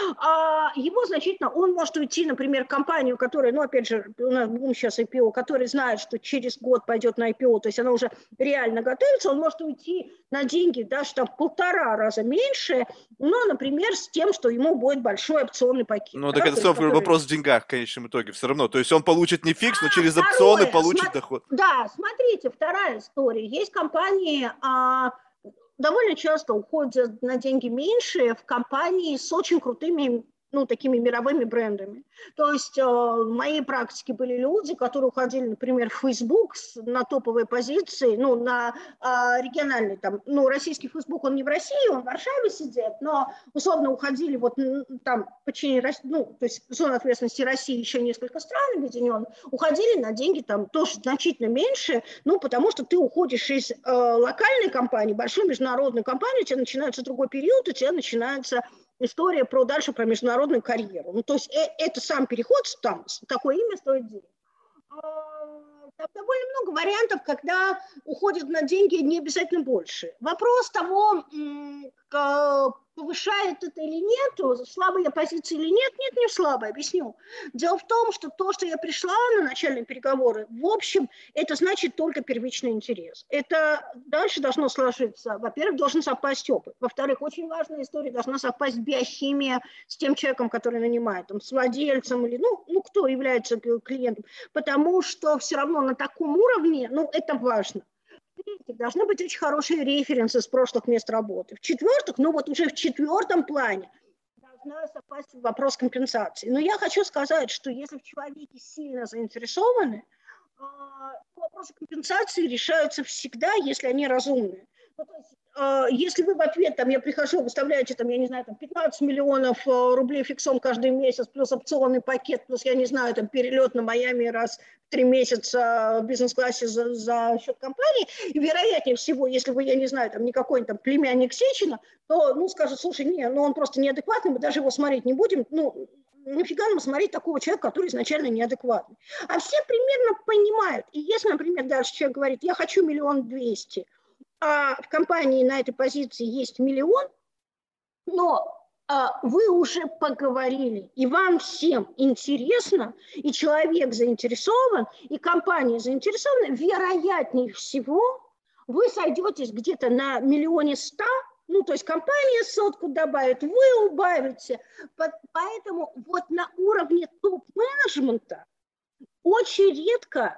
Его значительно, он может уйти, например, в компанию, которая, ну, опять же, у нас бум сейчас IPO, который знает, что через год пойдет на IPO, то есть она уже реально готовится, он может уйти на деньги даже там в 1,5 раза меньше, но, например, с тем, что ему будет большой опционный пакет. Ну, так это все вопрос в деньгах в конечном итоге все равно. То есть он получит не фикс, но через опционы получит доход. Да, смотрите, вторая история. Есть компании... довольно часто уходят на деньги меньше в компании с очень крутыми, ну, такими мировыми брендами. То есть в моей практике были люди, которые уходили, например, в Facebook на топовые позиции, ну, на региональный, там, ну, российский Facebook, он не в России, он в Варшаве сидит, но условно уходили вот там в подчинение, ну, то есть зона ответственности России еще несколько стран объединенных, уходили на деньги там тоже значительно меньше, ну, потому что ты уходишь из локальной компании, большой международной компании, у тебя начинается другой период, у тебя начинается история дальше про международную карьеру. Ну, то есть это сам переход, там, такое имя стоит денег. Там довольно много вариантов, когда уходят на деньги не обязательно больше. Вопрос того, повышает это или нет, слабая позиция или нет, нет, не слабая, объясню. Дело в том, что то, что я пришла на начальные переговоры, в общем, это значит только первичный интерес. Это дальше должно сложиться. Во-первых, должен совпасть опыт. Во-вторых, очень важная история, должна совпасть биохимия с тем человеком, который нанимает, там, с владельцем или, ну, кто является клиентом. Потому что все равно на таком уровне, ну, это важно. В-третьих, должны быть очень хорошие референсы с прошлых мест работы. В-четвертых, ну вот уже в четвертом плане должна совпасть вопрос компенсации. Но я хочу сказать, что если в человеке сильно заинтересованы, то вопросы компенсации решаются всегда, если они разумные. Ну, то есть, если вы в ответ, там, я прихожу, выставляете, там, я не знаю, там, 15 миллионов рублей фиксом каждый месяц, плюс опционный пакет, плюс, я не знаю, там, перелет на Майами раз в 3 месяца в бизнес-классе за счет компании, и вероятнее всего, если вы, я не знаю, там, не какой-нибудь там племянник Сечина, то, ну, скажут, слушай, не, ну, он просто неадекватный, мы даже его смотреть не будем, ну, нафига нам смотреть такого человека, который изначально неадекватный. А все примерно понимают. И если, например, дальше человек говорит, я хочу 1 200 000, а в компании на этой позиции есть 1 000 000, но вы уже поговорили, и вам всем интересно, и человек заинтересован, и компания заинтересована, вероятнее всего вы сойдетесь где-то на 1 100 000, ну, то есть компания 100 добавит, вы убавите. Поэтому вот на уровне топ-менеджмента очень редко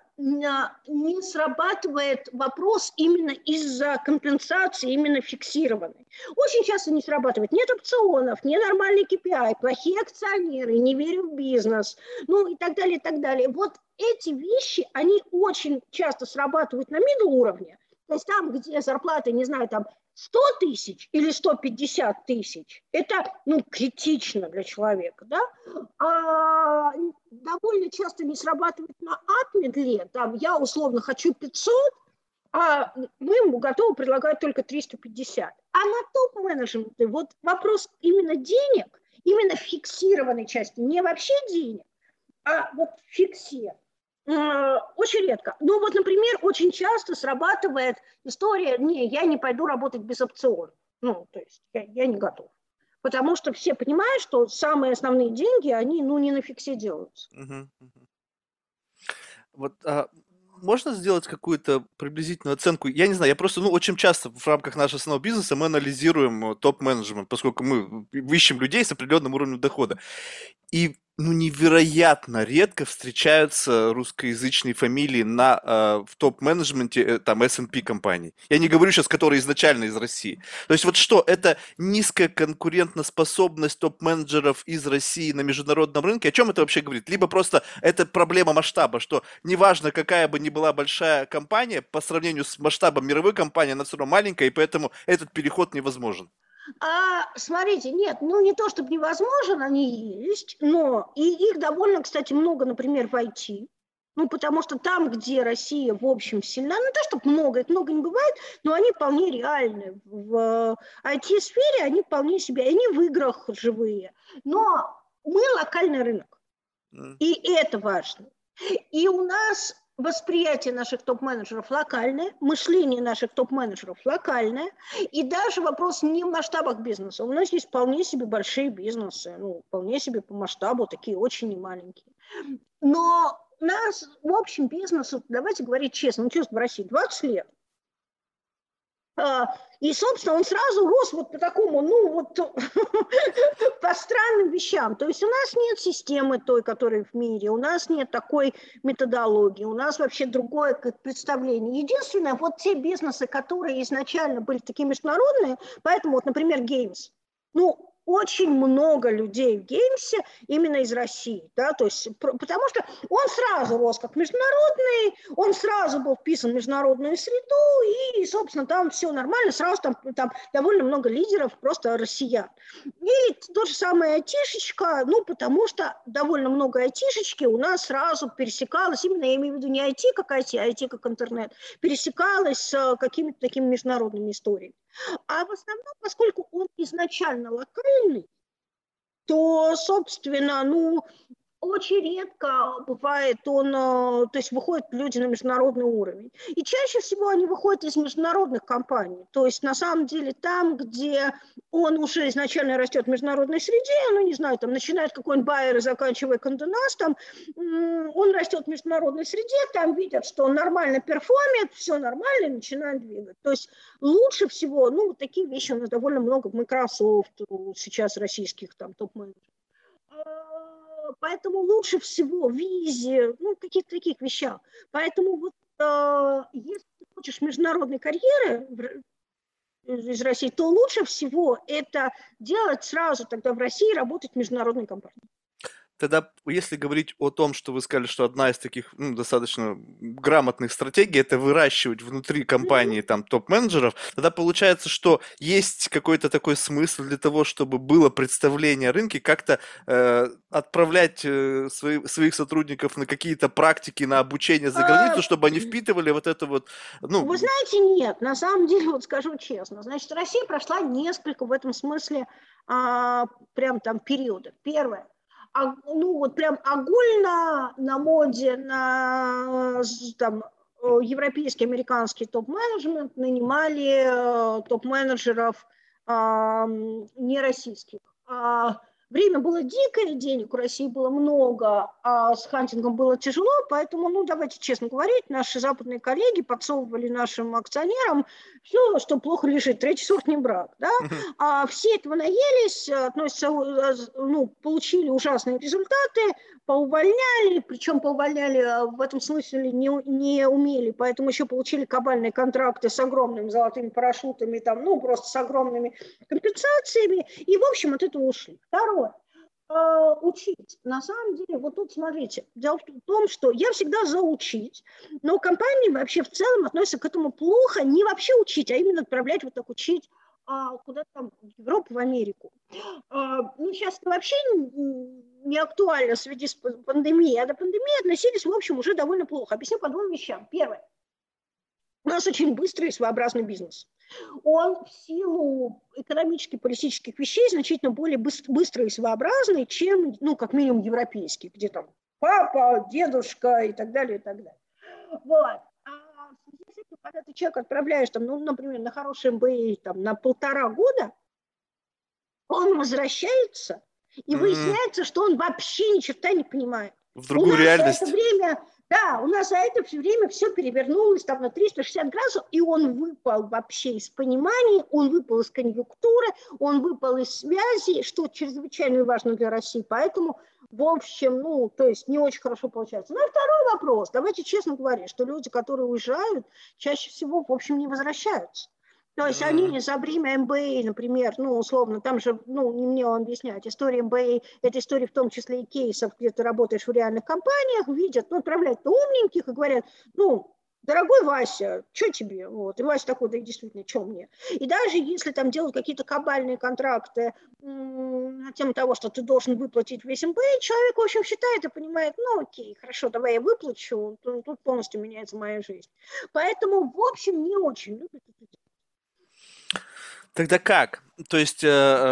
не срабатывает вопрос именно из-за компенсации, именно фиксированной. Очень часто не срабатывает. Нет опционов, нет нормальной KPI, плохие акционеры, не верю в бизнес, ну и так далее, и так далее. Вот эти вещи, они очень часто срабатывают на middle уровне. То есть там, где зарплата, не знаю, там 100 000 или 150 000, это, ну, критично для человека, да? Довольно часто не срабатывает на ап-медле, там я условно хочу 500, а мы ему готовы предлагать только 350. А на топ-менеджменте вот вопрос именно денег, именно фиксированной части, не вообще денег, а вот фиксирован. Очень редко. Ну вот, например, очень часто срабатывает история, не, я не пойду работать без опциона. Ну, то есть я не готов. Потому что все понимают, что самые основные деньги, они, ну, не на фиксе делаются. Вот можно сделать какую-то приблизительную оценку? Я не знаю, я просто, ну, очень часто в рамках нашего основного бизнеса мы анализируем топ-менеджмент, поскольку мы ищем людей с определенным уровнем дохода. И, ну, невероятно редко встречаются русскоязычные фамилии в топ-менеджменте там S&P компаний. Я не говорю сейчас, которые изначально из России. То есть вот что, это низкая конкурентоспособность топ-менеджеров из России на международном рынке? О чем это вообще говорит? Либо просто это проблема масштаба, что неважно, какая бы ни была большая компания, по сравнению с масштабом мировой компании, она все равно маленькая, и поэтому этот переход невозможен. Смотрите, нет, ну не то чтобы невозможен, они есть, но и их довольно, кстати, много, например, в IT. Ну, потому что там, где Россия, в общем, сильна, ну, то, чтобы много, их много не бывает, но они вполне реальны. В IT-сфере они вполне себе, они в играх живые. Но мы локальный рынок, и это важно. И у нас восприятие наших топ-менеджеров локальное, мышление наших топ-менеджеров локальное, и даже вопрос не в масштабах бизнеса. У нас есть вполне себе большие бизнесы, ну, вполне себе по масштабу, такие очень немаленькие. Но у нас, в общем, бизнесу, давайте говорить честно, ну, честно, в России 20 лет. И, собственно, он сразу рос вот по такому, ну, вот по странным вещам. То есть у нас нет системы той, которая в мире, у нас нет такой методологии, у нас вообще другое представление. Единственное, вот те бизнесы, которые изначально были такие международные, поэтому вот, например, Games, ну, очень много людей в Геймсе именно из России, да, то есть, потому что он сразу рос как международный, он сразу был вписан в международную среду, и, собственно, там все нормально, сразу там довольно много лидеров, просто россиян. Или то же самое айтишечка, ну, потому что довольно много айтишечки у нас сразу пересекалось, именно я имею в виду не IT как IT, а IT как интернет, пересекалось с какими-то такими международными историями. А в основном, поскольку он изначально локальный, то, собственно, ну, очень редко бывает он, то есть выходят люди на международный уровень. И чаще всего они выходят из международных компаний. То есть на самом деле там, где он уже изначально растет в международной среде, ну не знаю, там начинает какой-нибудь Байер и заканчивая Condé Nast, там он растет в международной среде, там видят, что он нормально перформит, все нормально, и начинает двигать. То есть лучше всего, ну такие вещи у нас довольно много в Microsoft, сейчас российских там топ-менеджеров. Поэтому лучше всего в визе, ну, каких-то таких вещах. Поэтому вот если ты хочешь международной карьеры из России, то лучше всего это делать сразу тогда в России, работать в международной компании. Тогда, если говорить о том, что вы сказали, что одна из таких достаточно грамотных стратегий – это выращивать внутри компании там топ-менеджеров, тогда получается, что есть какой-то такой смысл для того, чтобы было представление о рынке, как-то отправлять своих сотрудников на какие-то практики, на обучение за границу, чтобы они впитывали вот это вот, ну… Вы знаете, нет, на самом деле, вот скажу честно, значит, Россия прошла несколько в этом смысле прям там периодов. Первое. Ну вот прям огульно на моде, на там, европейский, американский топ-менеджмент нанимали топ-менеджеров не российских. Время было дикое, денег у России было много, а с хантингом было тяжело, поэтому, ну, давайте честно говорить, наши западные коллеги подсовывали нашим акционерам все, что плохо лежит, третий сортный брак, да, а все этого наелись, относятся, ну, получили ужасные результаты, поувольняли, причем поувольняли в этом смысле не умели, поэтому еще получили кабальные контракты с огромными золотыми парашютами, там, ну, просто с огромными компенсациями, и, в общем, от этого ушли. Второе. Учить. На самом деле, вот тут смотрите, дело в том, что я всегда за учить, но компании вообще в целом относятся к этому плохо, не вообще учить, а именно отправлять вот так учить куда-то там в Европу, в Америку. Ну, сейчас это вообще не актуально в связи с пандемией, а до пандемии относились, в общем, уже довольно плохо. Объясню по двум вещам. Первое. У нас очень быстрый и своеобразный бизнес. Он в силу экономических, политических вещей значительно более быстрый и своеобразный, чем, ну, как минимум, европейский, где там папа, дедушка и так далее, и так далее. Вот. Когда ты человека отправляешь, там, ну, например, на хороший MBA там, на 1,5 года, он возвращается, и выясняется, что он вообще ни черта не понимает. В другую реальность. За это время, да, у нас за это время все перевернулось там на 360 градусов, и он выпал вообще из понимания, он выпал из конъюнктуры, он выпал из связи, что чрезвычайно важно для России. Поэтому, в общем, ну, то есть не очень хорошо получается. Ну и второй вопрос. Давайте честно говорить, что люди, которые уезжают, чаще всего, в общем, не возвращаются. То есть они за время MBA, например, ну, условно, там же, ну, не мне вам объяснять, история MBA, это история в том числе и кейсов, где ты работаешь в реальных компаниях, видят, ну, отправляют умненьких и говорят, ну, дорогой Вася, что тебе? Вот. И Вася такой, да и действительно, что мне? И даже если там делают какие-то кабальные контракты на тему того, что ты должен выплатить весь MBA, человек, в общем, считает и понимает, ну, окей, хорошо, давай я выплачу, тут полностью меняется моя жизнь. Поэтому, в общем, не очень любят это делать. Тогда как? То есть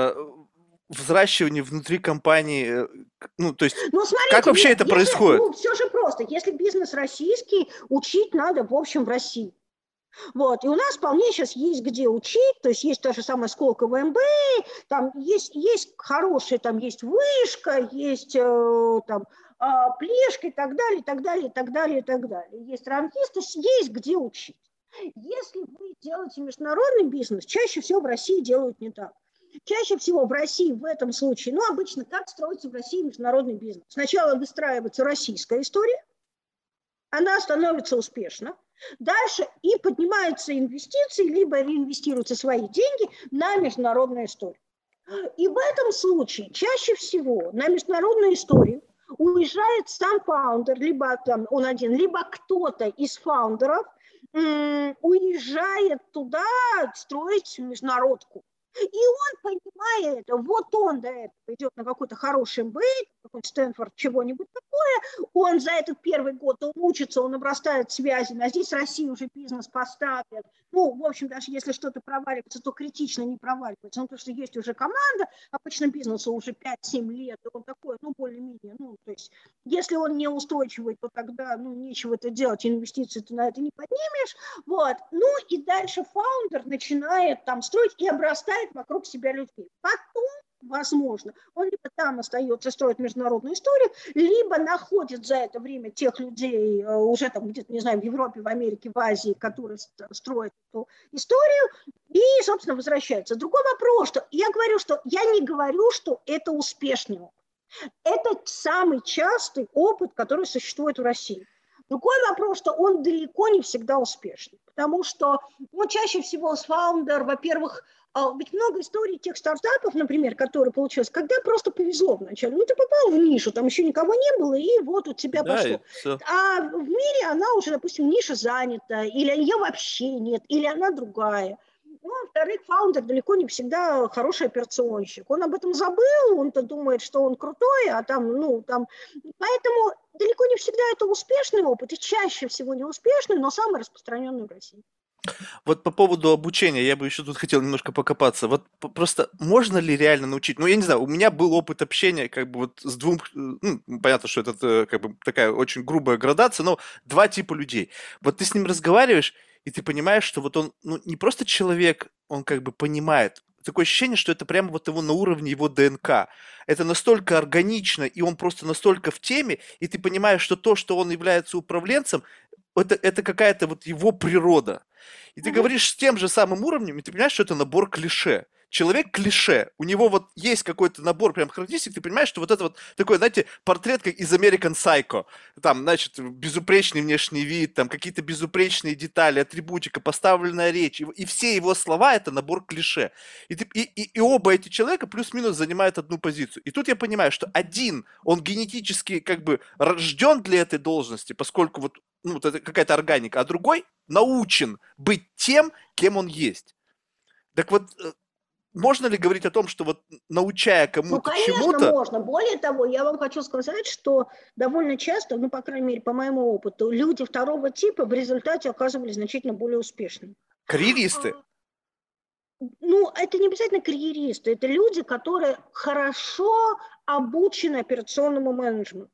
взращивание внутри компании, ну, то есть ну, смотрите, как вообще это происходит? Ну, все же просто. Если бизнес российский, учить надо, в общем, в России. Вот. И у нас вполне сейчас есть где учить, то есть есть та же самая Сколково МБА, там есть хорошие, там есть вышка, есть там Плешка и так далее, и так далее, и так далее, и так далее. Есть ранкисты, есть где учить. Если вы делаете международный бизнес, чаще всего в России делают не так. Чаще всего в России в этом случае, ну, обычно как строится в России международный бизнес? Сначала выстраивается российская история, она становится успешна, дальше и поднимаются инвестиции, либо реинвестируются свои деньги на международную историю. И в этом случае чаще всего на международную историю уезжает сам фаундер, либо там он один, либо кто-то из фаундеров уезжает туда строить международку. И он, понимая это, вот он до этого идет на какой-то хороший MBA, какой-то Стэнфорд, чего-нибудь такое, он за этот первый год, он учится, он обрастает связями, а здесь в России уже бизнес поставлен. Ну, в общем, даже если что-то проваливается, то критично не проваливается, ну, потому что есть уже команда, обычно бизнесу уже 5-7 лет, и он такой, ну, более-менее, ну, то есть, если он неустойчивый, то тогда, ну, нечего это делать, инвестиции ты на это не поднимешь, вот. Ну, и дальше фаундер начинает там строить и обрастает вокруг себя людьми. Потом, возможно, он либо там остается, строит международную историю, либо находит за это время тех людей уже там где-то, не знаю, в Европе, в Америке, в Азии, которые строят эту историю, и, собственно, возвращается. Другой вопрос, что я не говорю, что это успешный опыт. Это самый частый опыт, который существует в России. Другой вопрос, что он далеко не всегда успешный, потому что ну, чаще всего с фаундер, во-первых, ведь много историй тех стартапов, например, которые получилось, когда просто повезло вначале. Ну, ты попал в нишу, там еще никого не было, и вот у тебя Да, и пошло. все. А в мире она уже, допустим, ниша занята, или ее вообще нет, или она другая. Ну, во-вторых, фаундер далеко не всегда хороший операционщик. Он об этом забыл, он-то думает, что он крутой, а там, ну, там... Поэтому далеко не всегда это успешный опыт, и чаще всего неуспешный, но самый распространенный в России. Вот по поводу обучения, я бы еще тут хотел немножко покопаться. Вот просто можно ли реально научить? Ну, я не знаю, у меня был опыт общения как бы вот с двум, ну, понятно, что это как бы такая очень грубая градация, но два типа людей. Вот ты с ним разговариваешь, и ты понимаешь, что вот он, ну, не просто человек, он как бы понимает. Такое ощущение, что это прямо вот его на уровне его ДНК. Это настолько органично, и он просто настолько в теме, и ты понимаешь, что то, что он является управленцем, это какая-то вот его природа. И ты говоришь с тем же самым уровнем, и ты понимаешь, что это набор клише. Человек клише, у него вот есть какой-то набор прям характеристик, ты понимаешь, что вот это вот такой, знаете, портрет как из American Psycho. Там, значит, безупречный внешний вид, там какие-то безупречные детали, атрибутика, поставленная речь. И все его слова – это набор клише. И оба эти человека плюс-минус занимают одну позицию. И тут я понимаю, что один, он генетически как бы рожден для этой должности, поскольку вот, ну, вот это какая-то органика, а другой научен быть тем, кем он есть. Так вот, можно ли говорить о том, что вот научая Ну, кому-то конечно, чему-то, можно. Более того, я вам хочу сказать, что довольно часто, ну, по крайней мере, по моему опыту, люди второго типа в результате оказывались значительно более успешными. карьеристы, Ну, это не обязательно карьеристы, это люди, которые хорошо обучены операционному менеджменту.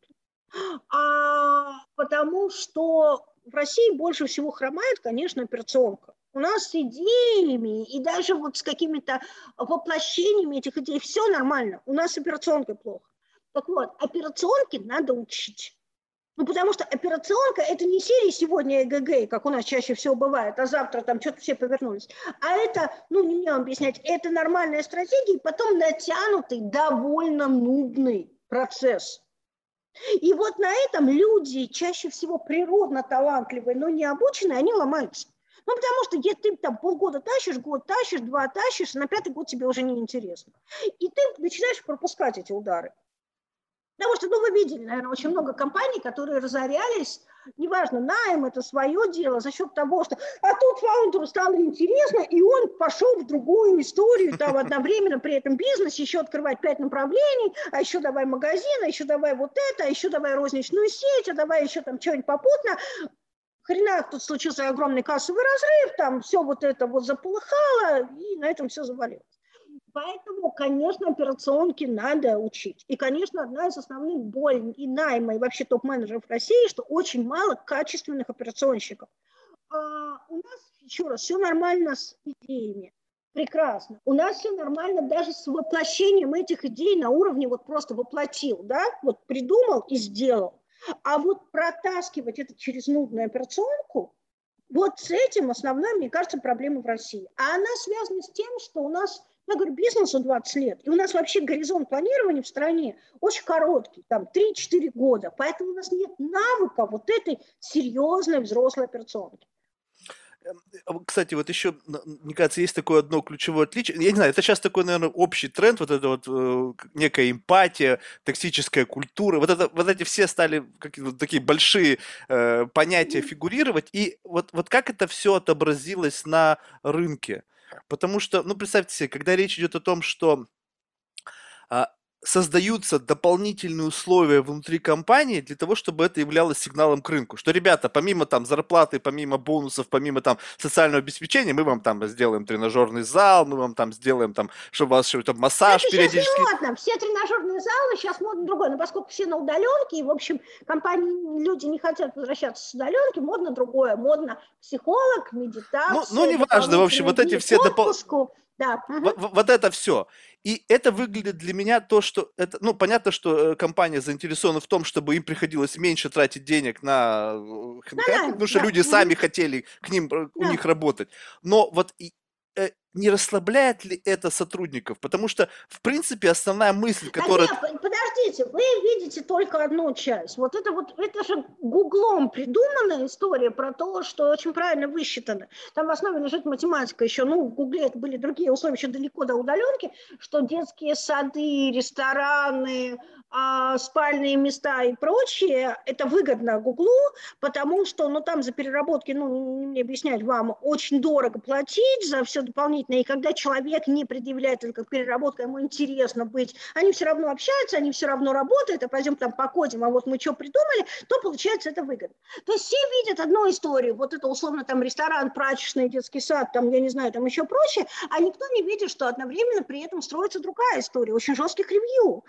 Потому что в России больше всего хромает, конечно, операционка. У нас с идеями и даже вот с какими-то воплощениями этих идей все нормально. У нас с операционкой плохо. Так вот, операционки надо учить. Ну, потому что операционка – это не серия сегодня ЭГГ, как у нас чаще всего бывает, а завтра там что-то все повернулись. А это, ну, не мне вам объяснять, это нормальная стратегия, и потом натянутый, довольно нудный процесс. И вот на этом люди, чаще всего природно талантливые, но не обученные, они ломаются. Ну, потому что если ты там полгода тащишь, год тащишь, 2 тащишь, на 5-й год тебе уже неинтересно. И ты начинаешь пропускать эти удары. Потому что, ну, вы видели, наверное, очень много компаний, которые разорялись, неважно, найм, это свое дело, за счет того, что... А тут фаундеру стало интересно, и он пошел в другую историю, там одновременно при этом бизнесе, еще открывать 5 направлений, а еще давай магазин, а еще давай вот это, а еще давай розничную сеть, а давай еще там что-нибудь попутно. Хренак, тут случился огромный кассовый разрыв, там все вот это вот заполыхало, и на этом все завалилось. Поэтому, конечно, операционки надо учить. И, конечно, одна из основных болей и найма, и вообще топ-менеджеров России, что очень мало качественных операционщиков. У нас, еще раз, все нормально с идеями. Прекрасно. У нас все нормально даже с воплощением этих идей на уровне вот просто воплотил, да, вот придумал и сделал. А вот протаскивать это через нудную операционку, Вот с этим основная, мне кажется, проблема в России. А она связана с тем, что у нас, я говорю, бизнесу 20 лет, и у нас вообще горизонт планирования в стране очень короткий, там 3-4 года, поэтому у нас нет навыка вот этой серьезной взрослой операционки. Кстати, вот еще, мне кажется, есть такое одно ключевое отличие. Я не знаю, это сейчас такой, наверное, общий тренд, вот это вот некая эмпатия, токсическая культура. Вот эти все стали какие-то вот такие большие понятия фигурировать. И вот как это все отобразилось на рынке? Потому что, ну, представьте себе, когда речь идет о том, что а, создаются дополнительные условия внутри компании для того, чтобы это являлось сигналом к рынку. Что, ребята, помимо там зарплаты, помимо бонусов, помимо там социального обеспечения, мы вам там сделаем тренажерный зал, мы вам там сделаем там, чтобы у вас что-то массаж Это сейчас периодически. не модно. Все тренажерные залы сейчас модно другое. Но поскольку все на удаленке, и, в общем, компании, люди не хотят возвращаться с удаленки, модно другое. Модно психолог, Ну, медитация, неважно, в общем, дополнительные вот эти дни все отпуску. Да. вот это все. И это выглядит для меня то, что это, ну, понятно, что компания заинтересована в том, чтобы им приходилось меньше тратить денег на хендхантинг, потому что Да. люди сами хотели к ним, у Да. них работать. Но вот не расслабляет ли это сотрудников? Потому что, в принципе, основная мысль, Да которая... нет, подождите, вы видите только одну часть. Вот, это же Гуглом придуманная история про то, что очень правильно высчитано. Там в основе лежит математика еще. Ну, в Гугле это были другие условия, еще далеко до удаленки, что детские сады, рестораны, спальные места и прочее, это выгодно Гуглу, потому что, ну, там за переработки, ну, не мне объяснять вам, очень дорого платить за все дополнительное, и когда человек не предъявляет это как переработка, ему интересно быть, они все равно общаются, они все равно работают, а пойдем там покодим, а вот мы что придумали, то получается это выгодно. То есть все видят одну историю, вот это условно там ресторан, прачечный, детский сад, там, я не знаю, там еще прочее, а никто не видит, что одновременно при этом строится другая история, очень жестких ревью.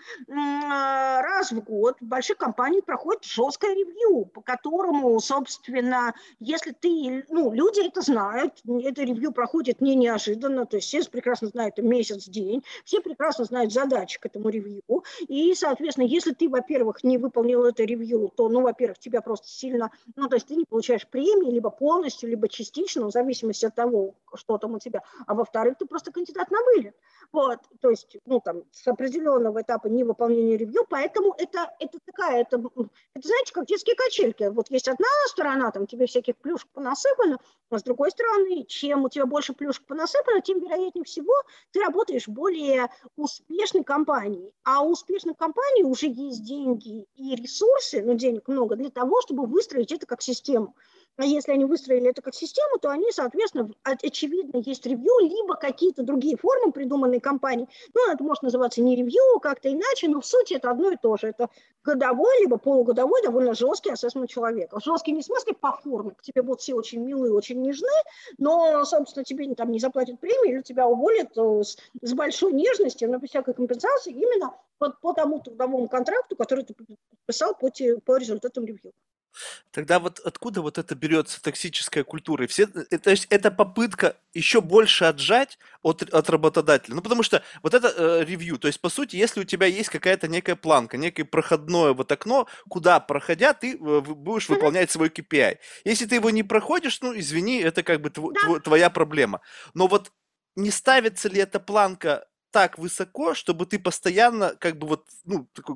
Раз в год в больших компаниях проходит жесткое ревью, по которому, собственно, если ты, ну, люди это знают, это ревью проходит не неожиданно, то есть все прекрасно знают это месяц-день, все прекрасно знают задачи к этому ревью, и, соответственно, если ты, во-первых, не выполнил это ревью, то, ну, во-первых, тебя просто сильно, ну, то есть ты не получаешь премии, либо полностью, либо частично, в зависимости от того, что там у тебя, а во-вторых, ты просто кандидат на вылет. Вот, то есть, ну, там, с определенного этапа невыполнения ревью, поэтому это такая, это, знаете, как детские качельки. Вот есть одна сторона, там тебе всяких плюшек понасыпано, а с другой стороны, чем у тебя больше плюшек понасыпано, тем, вероятнее всего, ты работаешь в более успешной компании. А у успешной компании уже есть деньги и ресурсы, ну, денег много, для того, чтобы выстроить это как систему. А если они выстроили это как систему, то они, соответственно, очевидно, есть ревью, либо какие-то другие формы, придуманные компанией. Ну, это может называться не ревью, как-то иначе, но в сути это одно и то же. Это годовой, либо полугодовой, довольно жесткий ассессмент человека. Жесткий не в смысле по форме, к тебе будут все очень милые, очень нежны, но, собственно, тебе там не заплатят премию или тебя уволят с большой нежностью, но без всякой компенсации, именно по тому трудовому контракту, который ты подписал по результатам ревью. Тогда вот откуда вот это берется токсическая культура? И все, то есть это попытка еще больше отжать от работодателя. Ну, потому что вот это ревью, то есть, по сути, если у тебя есть какая-то некая планка, некое проходное вот окно, куда, проходя, ты будешь выполнять свой KPI. Если ты его не проходишь, ну, извини, это как бы Да, твоя проблема. Но вот не ставится ли эта планка так высоко, чтобы ты постоянно как бы вот, ну, такой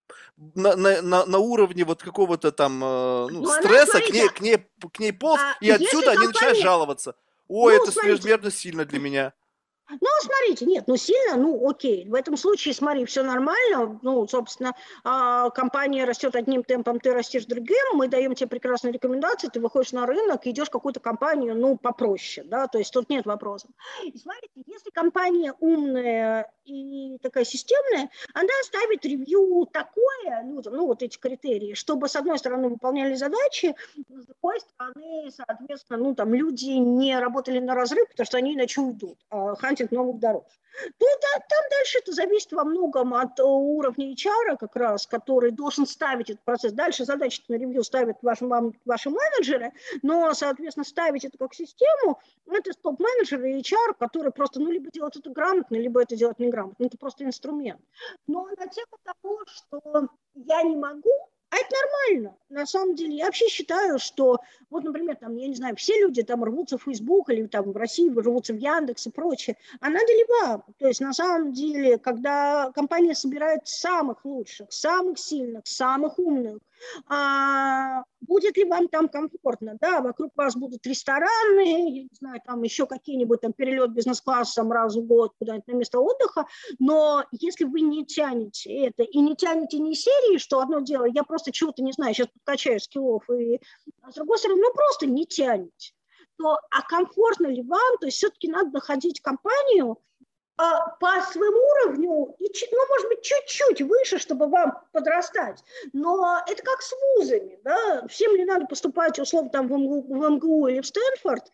на уровне вот какого-то там ну, но она, стресса смотрите, к ней полз, и если отсюда они начинают компания, жаловаться. Ой, ну, это смотрите, чрезмерно сильно для меня. ну, смотрите, нет, ну, сильно, ну, окей. В этом случае, смотри, все нормально. Ну, собственно, компания растет одним темпом, ты растешь другим, мы даем тебе прекрасные рекомендации, ты выходишь на рынок, идешь в какую-то компанию, ну, попроще, да, то есть тут нет вопросов. И смотрите, если компания умная и такая системная, она ставит ревью такое людям, ну, вот эти критерии, чтобы, с одной стороны, выполняли задачи, с другой стороны, соответственно, ну, там люди не работали на разрыв, потому что они иначе уйдут. Хантинг новых дорог. Ну, да, там дальше это зависит во многом от уровня HR как раз, который должен ставить этот процесс. Дальше задачи на ревью ставят ваши менеджеры, но, соответственно, ставить это как систему, это топ-менеджеры и HR, которые просто, ну, либо делают это грамотно, либо это делают неграмотно. Это просто инструмент. Но на тему того, что я не могу, А это нормально, на самом деле. Я вообще считаю, что, вот, например, там, я не знаю, все люди там рвутся в Facebook или там в России рвутся в Яндекс и прочее. А надо ли вам? То есть, на самом деле, когда компания собирает самых лучших, самых сильных, самых умных, будет ли вам там комфортно? Да, вокруг вас будут рестораны, я не знаю, там еще какие-нибудь там перелет бизнес-классом раз в год куда-нибудь на место отдыха, но если вы не тянете это, и не тянете не серии, что одно дело, я просто чего-то не знаю, сейчас подкачаю скиллов, и с другой стороны, ну просто не тянете, то а комфортно ли вам, то есть все-таки надо находить компанию по своему уровню, и, ну, может быть, чуть-чуть выше, чтобы вам подрастать. Но это как с вузами, да, всем ли надо поступать, условно, там в МГУ или в Стэнфорд,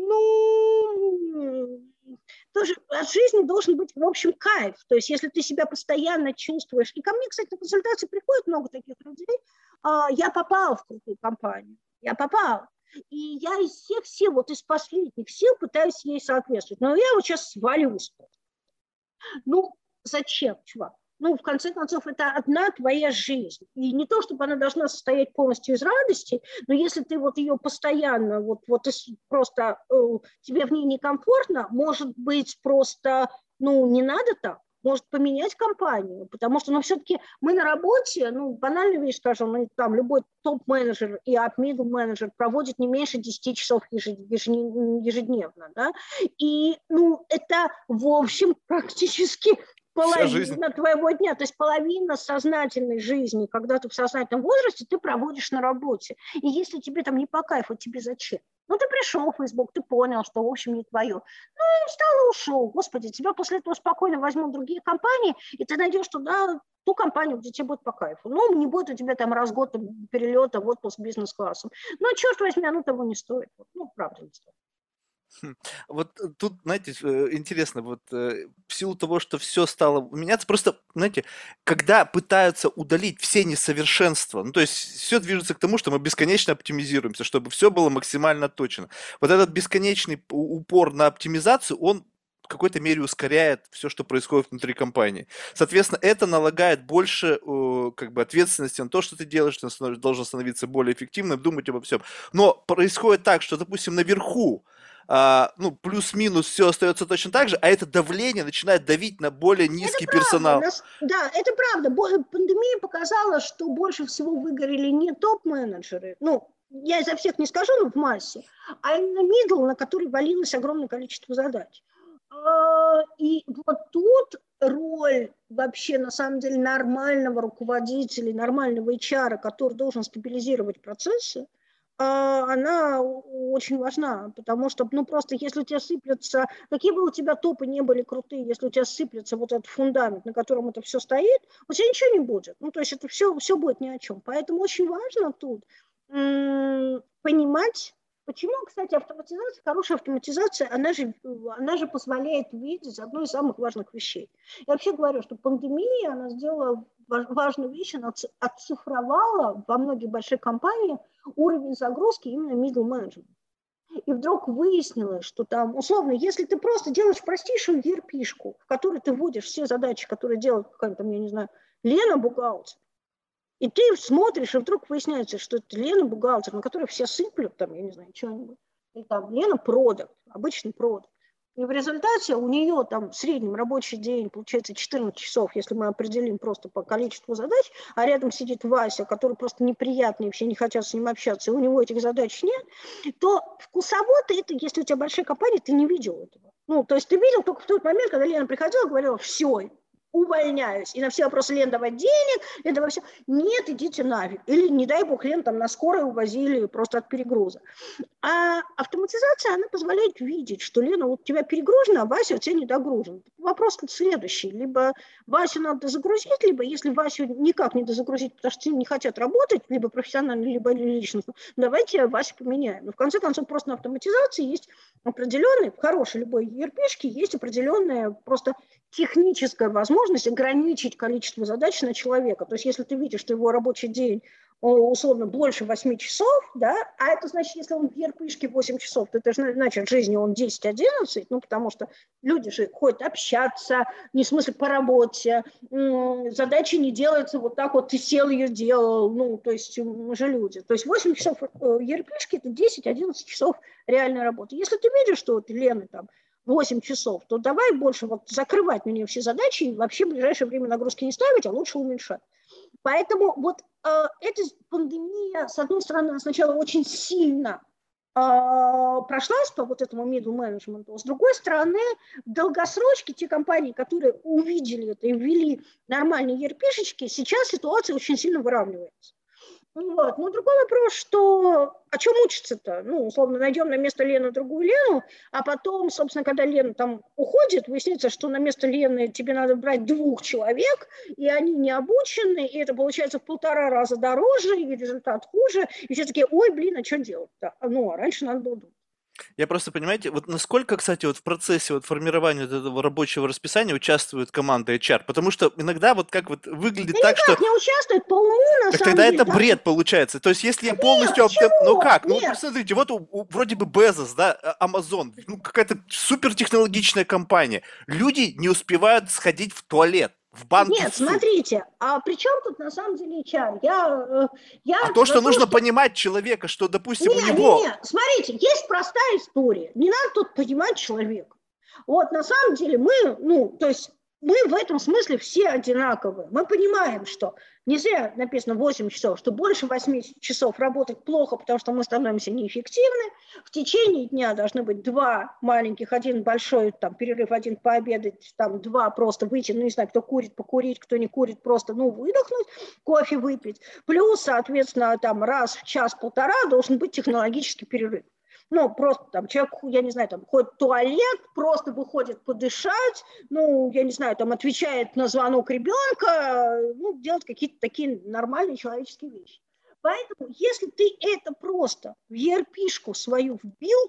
ну, тоже от жизни должен быть, в общем, кайф. То есть если ты себя постоянно чувствуешь, и ко мне, кстати, на консультации приходит много таких людей, я попал в крутую компанию, я попал. И я из всех сил, вот из последних сил пытаюсь ей соответствовать. Но я вот сейчас свалюсь. Ну, зачем, чувак? Ну, в конце концов, это одна твоя жизнь. И не то, чтобы она должна состоять полностью из радости, но если ты вот ее постоянно, вот просто тебе в ней некомфортно, может быть, просто, ну, не надо так, может поменять компанию, потому что, ну, все-таки мы на работе, ну, банальную вещь скажем, ну, там любой топ-менеджер и middle менеджер проводит не меньше 10 часов ежедневно, да, и, ну, это, в общем, практически Вся жизнь. половина твоего дня, то есть половина сознательной жизни, когда ты в сознательном возрасте, ты проводишь на работе. И если тебе там не по кайфу, тебе зачем? Ну, ты пришел в Facebook, ты понял, что, в общем, не твое. Ну, встал и ушел. Господи, тебя после этого спокойно возьмут другие компании, и ты найдешь туда ту компанию, где тебе будет по кайфу. Ну, не будет у тебя там раз в год перелета в отпуск бизнес-классом. Но, черт возьми, оно того не стоит. Ну, правда не стоит. Вот тут, знаете, интересно, вот в силу того, что все стало меняться, просто, знаете, когда пытаются удалить все несовершенства, ну, то есть все движется к тому, что мы бесконечно оптимизируемся, чтобы все было максимально точно. Вот этот бесконечный упор на оптимизацию, он в какой-то мере ускоряет все, что происходит внутри компании. Соответственно, это налагает больше как бы ответственности на то, что ты делаешь, ты должен становиться более эффективным, думать обо всем. Но происходит так, что, допустим, наверху ну, плюс-минус все остается точно так же, а это давление начинает давить на более Это низкий правда, персонал. да, это правда. Пандемия показала, что больше всего выгорели не топ-менеджеры, ну, я изо всех не скажу, но в массе, а именно middle, на который валилось огромное количество задач. И вот тут роль вообще, на самом деле, нормального руководителя, нормального HR, который должен стабилизировать процессы, она очень важна, потому что, ну, просто если у тебя сыплется, какие бы у тебя топы не были крутые, если у тебя сыплется вот этот фундамент, на котором это все стоит, у тебя ничего не будет. Ну, то есть это все будет ни о чем. Поэтому очень важно тут понимать, почему, кстати, автоматизация, хорошая автоматизация, она же позволяет видеть одну из самых важных вещей. Я вообще говорю, что пандемия, она сделала важную вещь, она оцифровала во многих больших компаниях уровень загрузки именно middle management. И вдруг выяснилось, что там, условно, если ты просто делаешь простейшую ERP-шку, в которой ты вводишь все задачи, которые делает какая-то там, я не знаю, Лена бухгалтер, и ты смотришь, и вдруг выясняется, что это Лена бухгалтер, на которой все сыплют, там, я не знаю, что-нибудь. И там Лена продакт, обычный продакт. И в результате у нее там в среднем рабочий день получается 14 часов, если мы определим просто по количеству задач, а рядом сидит Вася, который просто неприятный, вообще не хотят с ним общаться, и у него этих задач нет, то вкусово ты это, если у тебя большая компания, ты не видел этого. Ну, то есть ты видел только в тот момент, когда Лена приходила и говорила, все, увольняюсь. И на все вопросы: Лен, давай денег, Лен, давай все. Нет, идите нафиг. Или, не дай бог, Лен там на скорой увозили просто от перегруза. А автоматизация, она позволяет видеть, что, Лена, вот у тебя перегружено, а Вася у тебя не догружен. Вопрос следующий. Либо Васю надо загрузить, либо если Васю никак не дозагрузить, потому что не хотят работать, либо профессионально, либо личностно, давайте Васю поменяем. Но в конце концов просто на автоматизации есть определенные, в хорошей любой ERP-шке есть определенная просто техническая возможность ограничить количество задач на человека. То есть если ты видишь, что его рабочий день условно, больше 8 часов, да, а это значит, если он в ERP-шке 8 часов, то это же значит, в жизни он 10-11, ну, потому что люди же ходят общаться, не в смысле по работе, задачи не делаются вот так вот, ты сел ее делал, ну, то есть мы же люди. То есть 8 часов ERP-шки – это 10-11 часов реальной работы. Если ты видишь, что вот Лена там 8 часов, то давай больше вот закрывать на нее все задачи и вообще в ближайшее время нагрузки не ставить, а лучше уменьшать. Поэтому вот эта пандемия, с одной стороны, сначала очень сильно прошлась по вот этому middle менеджменту, с другой стороны, в долгосрочке те компании, которые увидели это и ввели нормальные ERP-шечки, сейчас ситуация очень сильно выравнивается. Вот. Ну, другой вопрос, что о чем учиться-то? Ну, условно, найдем на место Лены другую Лену, а потом, собственно, когда Лена там уходит, выяснится, что на место Лены тебе надо брать 2 человек, и они не обучены, и это получается в 1,5 раза дороже, и результат хуже, и все такие, ой, блин, а что делать-то? Ну, а раньше надо было думать. Я просто, понимаете, вот насколько, кстати, вот в процессе вот формирования вот этого рабочего расписания участвует команда HR, потому что иногда вот как вот Да выглядит так, что никак не участвует по уму, на так самом тогда деле, это да. бред получается. То есть если я Нет, полностью... Ну почему? как? Ну вот Нет, посмотрите, вот вроде бы Безос, да, Amazon, ну какая-то супертехнологичная компания. Люди не успевают сходить в туалет, в банк нет, в суд. смотрите, а при чем тут на самом деле HR? Я А то, за что то, нужно что понимать человека, что, допустим, у него... не, смотрите, есть простая история. Не надо тут понимать человека. Вот на самом деле мы, ну, то есть мы в этом смысле все одинаковые. Мы понимаем, что не зря написано 8 часов, что больше 8 часов работать плохо, потому что мы становимся неэффективны. В течение дня должны быть 2 маленьких, один большой, там, перерыв, один пообедать, там, 2 просто выйти, ну, не знаю, кто курит, покурить, кто не курит, просто, ну, выдохнуть, кофе выпить. Плюс, соответственно, там, раз в час-полтора должен быть технологический перерыв. Ну, просто там человек, я не знаю, там, ходит в туалет, просто выходит подышать, ну, я не знаю, там, отвечает на звонок ребенка, ну, делать какие-то такие нормальные человеческие вещи. Поэтому, если ты это просто в ERP-шку свою вбил,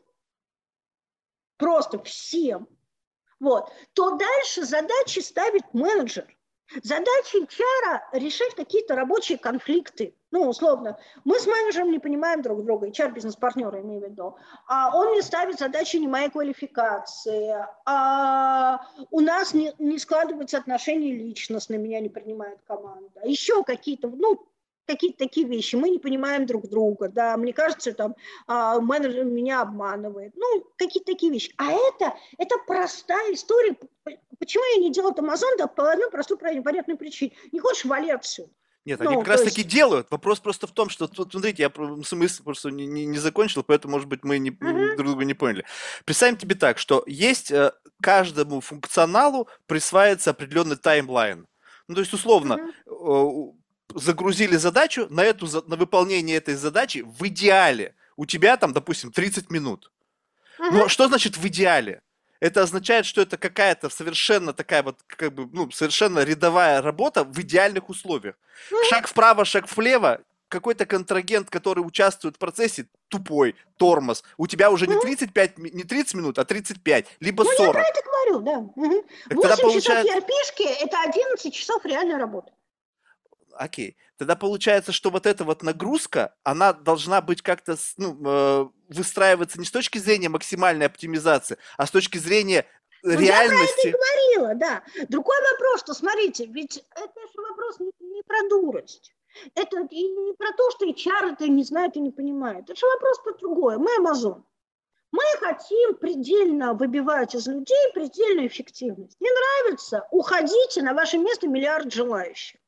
просто всем, вот, то дальше задачи ставит менеджер. Задача HR решить какие-то рабочие конфликты. Ну, условно, мы с менеджером не понимаем друг друга, HR бизнес-партнера имею в виду, а он мне ставит задачи не моей квалификации, а у нас не складываются отношения личностно, меня не принимает команда, еще какие-то, ну, какие-то такие вещи, мы не понимаем друг друга, да, мне кажется, там, менеджер меня обманывает, ну, какие-то такие вещи. А это простая история. Почему я не делаю Amazon? Да по одной простой, понятной причине. Не хочешь, вали отсюда. Нет, они Ну, как то раз таки есть... делают. Вопрос просто в том, что тут, смотрите, я смысл просто не закончил, поэтому, может быть, мы друг друга не поняли. Представим тебе так, что есть каждому функционалу присваивается определенный таймлайн. Ну, то есть, условно, загрузили задачу, на выполнение этой задачи в идеале у тебя там, допустим, 30 минут. Но что значит в идеале? Это означает, что это какая-то совершенно такая вот, как бы, ну, совершенно рядовая работа в идеальных условиях. Шаг вправо, шаг влево, какой-то контрагент, который участвует в процессе, тупой, тормоз. У тебя уже не 35, не 30 минут, а 35, либо Ну, я про 40. это говорю, да. Так тогда 8 часов получается... ERP-шки – это 11 часов реальной работы. Окей. Тогда получается, что вот эта вот нагрузка, она должна быть как-то выстраиваться не с точки зрения максимальной оптимизации, а с точки зрения Ну, я про это и реальности. говорила, да. Другой вопрос, что, смотрите, ведь это же вопрос не про дурость. Это и не про то, что HR это не знает и не понимает. Это же вопрос про другое. Мы Amazon. Мы хотим предельно выбивать из людей предельную эффективность. Не нравится? Уходите, на ваше место миллиард желающих.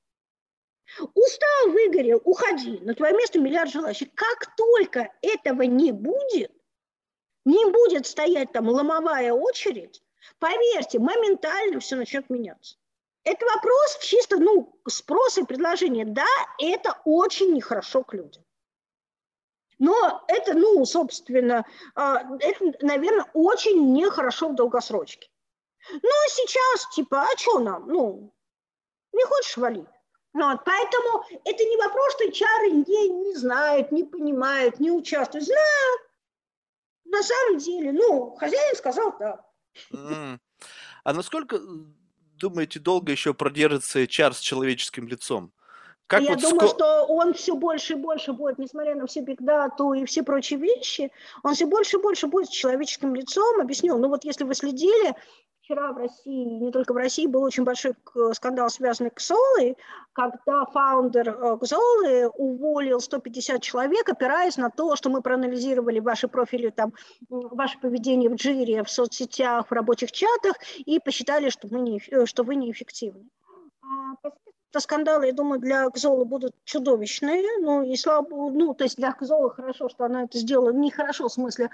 Устал, выгорел, уходи, на твое место миллиард желающих. Как только этого не будет стоять там ломовая очередь, поверьте, моментально все начнет меняться. Это вопрос чисто, спроса и предложения. Да, это очень нехорошо к людям. Но это, собственно, это, наверное, очень нехорошо в долгосрочке. Ну, а сейчас, типа, а что нам? Не хочешь валить? Вот, поэтому это не вопрос, что HR не знают, не понимают, не участвуют. Знают. На самом деле, хозяин сказал так. А насколько, думаете, долго еще продержится HR с человеческим лицом? Как Я вот думаю, что он все больше и больше будет, несмотря на все бигдату и все прочие вещи, он все больше и больше будет человеческим лицом. Объясню. Ну вот если вы следили, вчера в России, не только в России, был очень большой скандал, связанный с Ксолой, когда фаундер Ксолы уволил 150 человек, опираясь на то, что мы проанализировали ваши профили, там, ваше поведение в джире, в соцсетях, в рабочих чатах, и посчитали, что вы неэффективны. Это скандалы, я думаю, для Кзолы будут чудовищные. Ну, и слава богу, ну, то есть для Кзолы хорошо, что она это сделала. Не хорошо в смысле,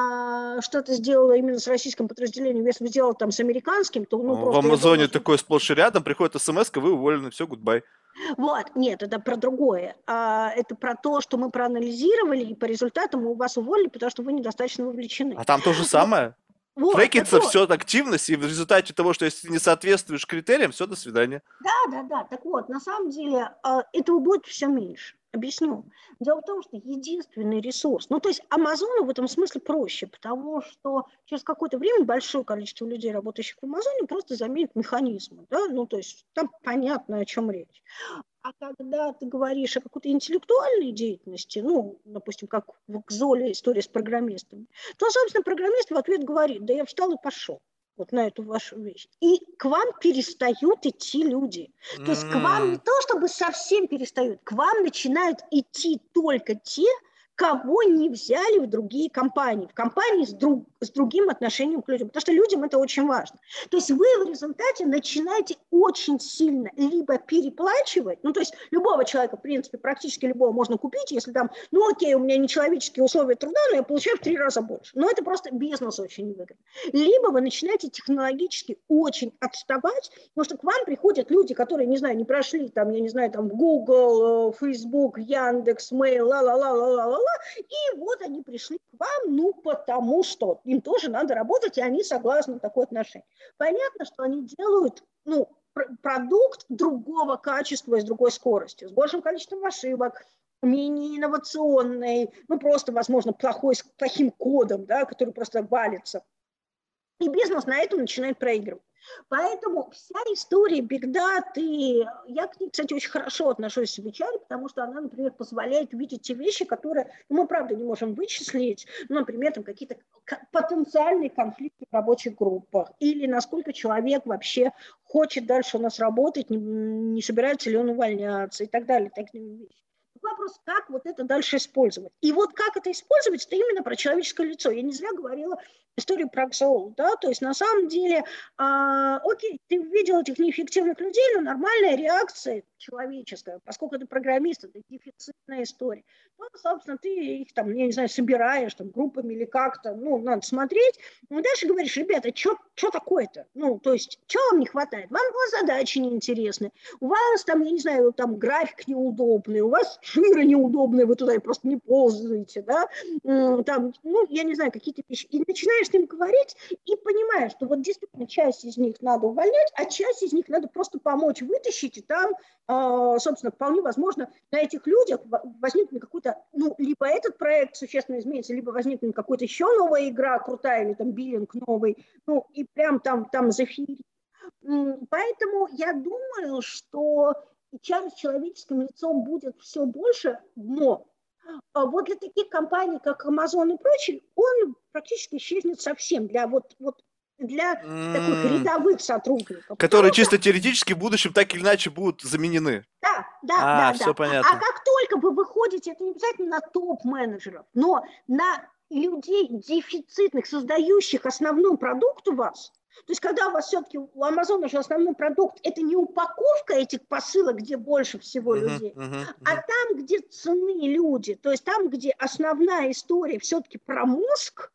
что это сделала именно с российским подразделением. Если бы сделала там с американским, то, ну, в просто я Амазоне думаю, что... такое сплошь и рядом, приходит смс-ка, вы уволены, все, гудбай. Вот, нет, это про другое. Это про то, что мы проанализировали, и по результатам мы вас уволили, потому что вы недостаточно вовлечены. А там то же самое. Вот, Трекится все активность, и в результате того, что если не соответствуешь критериям, все, до свидания. Да. Так вот, на самом деле этого будет все меньше. Объясню. Дело в том, что единственный ресурс, ну то есть Амазону в этом смысле проще, потому что через какое-то время большое количество людей, работающих в Амазоне, просто заменит механизмы. Да? Ну то есть там понятно, о чем речь. А когда ты говоришь о какой-то интеллектуальной деятельности, ну, допустим, как в Кзоле история с программистами, то, собственно, программист в ответ говорит: да я встал и пошел вот на эту вашу вещь. И к вам перестают идти люди. То есть к вам не то, чтобы совсем перестают, к вам начинают идти только те, кого не взяли в другие компании, в компании с другим отношением к людям, потому что людям это очень важно. То есть вы в результате начинаете очень сильно либо переплачивать, ну то есть любого человека, в принципе, практически любого можно купить, если там, ну окей, у меня нечеловеческие условия труда, но я получаю в 3 раза больше. Но это просто бизнес очень невыгодно. Либо вы начинаете технологически очень отставать, потому что к вам приходят люди, которые, не знаю, не прошли там, я не знаю, там Google, Facebook, Яндекс, Mail, ла-ла-ла-ла-ла-ла, и вот они пришли к вам, ну, потому что им тоже надо работать, и они согласны на такое отношение. Понятно, что они делают, ну, продукт другого качества и с другой скоростью, с большим количеством ошибок, менее инновационный, ну, просто, возможно, плохим кодом, да, который просто валится. И бизнес на этом начинает проигрывать. Поэтому вся история бигдаты, я к ней, кстати, очень хорошо отношусь в HR, потому что она, например, позволяет видеть те вещи, которые мы, правда, не можем вычислить, ну, например, там какие-то потенциальные конфликты в рабочих группах, или насколько человек вообще хочет дальше у нас работать, не собирается ли он увольняться и так далее, такие вещи. Вопрос, как вот это дальше использовать. И вот как это использовать, это именно про человеческое лицо. Я не зря говорила историю про Ксолу, да, то есть на самом деле, окей, ты видел этих неэффективных людей, но нормальная реакция человеческая, поскольку это программист, это дефицитная история. Ну, собственно, ты их там, я не знаю, собираешь там группами или как-то, ну, надо смотреть, ну, дальше говоришь: ребята, что такое-то? Ну, то есть, что вам не хватает? Вам задачи неинтересны, у вас там, я не знаю, там график неудобный, у вас жиры неудобные, вы туда и просто не ползаете, да, там, ну, я не знаю, какие-то вещи. И начинаешь с ним говорить и понимаешь, что вот действительно часть из них надо увольнять, а часть из них надо просто помочь вытащить, и там, собственно, вполне возможно, на этих людях возникнет какой-то, ну, либо этот проект существенно изменится, либо возникнет какая-то еще новая игра крутая, или там биллинг новый, ну, и прям там зафирить. Поэтому я думаю, что HR с человеческим лицом будет все больше, но вот для таких компаний, как Amazon и прочие, он практически исчезнет совсем для таких рядовых сотрудников. Которые чисто теоретически в будущем так или иначе будут заменены. Да. Все понятно. А как только вы выходите, это не обязательно на топ-менеджеров, но на людей дефицитных, создающих основной продукт у вас. То есть когда у вас все-таки у Амазона же основной продукт, это не упаковка этих посылок, где больше всего людей, а там, где ценны люди, то есть там, где основная история все-таки про мозг,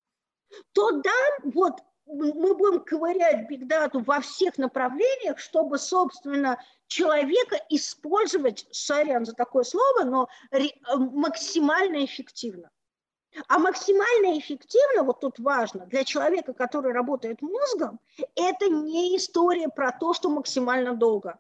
то да, вот мы будем ковырять бигдату во всех направлениях, чтобы, собственно, человека использовать, сорян за такое слово, но максимально эффективно. А максимально эффективно, вот тут важно, для человека, который работает мозгом, это не история про то, что максимально долго.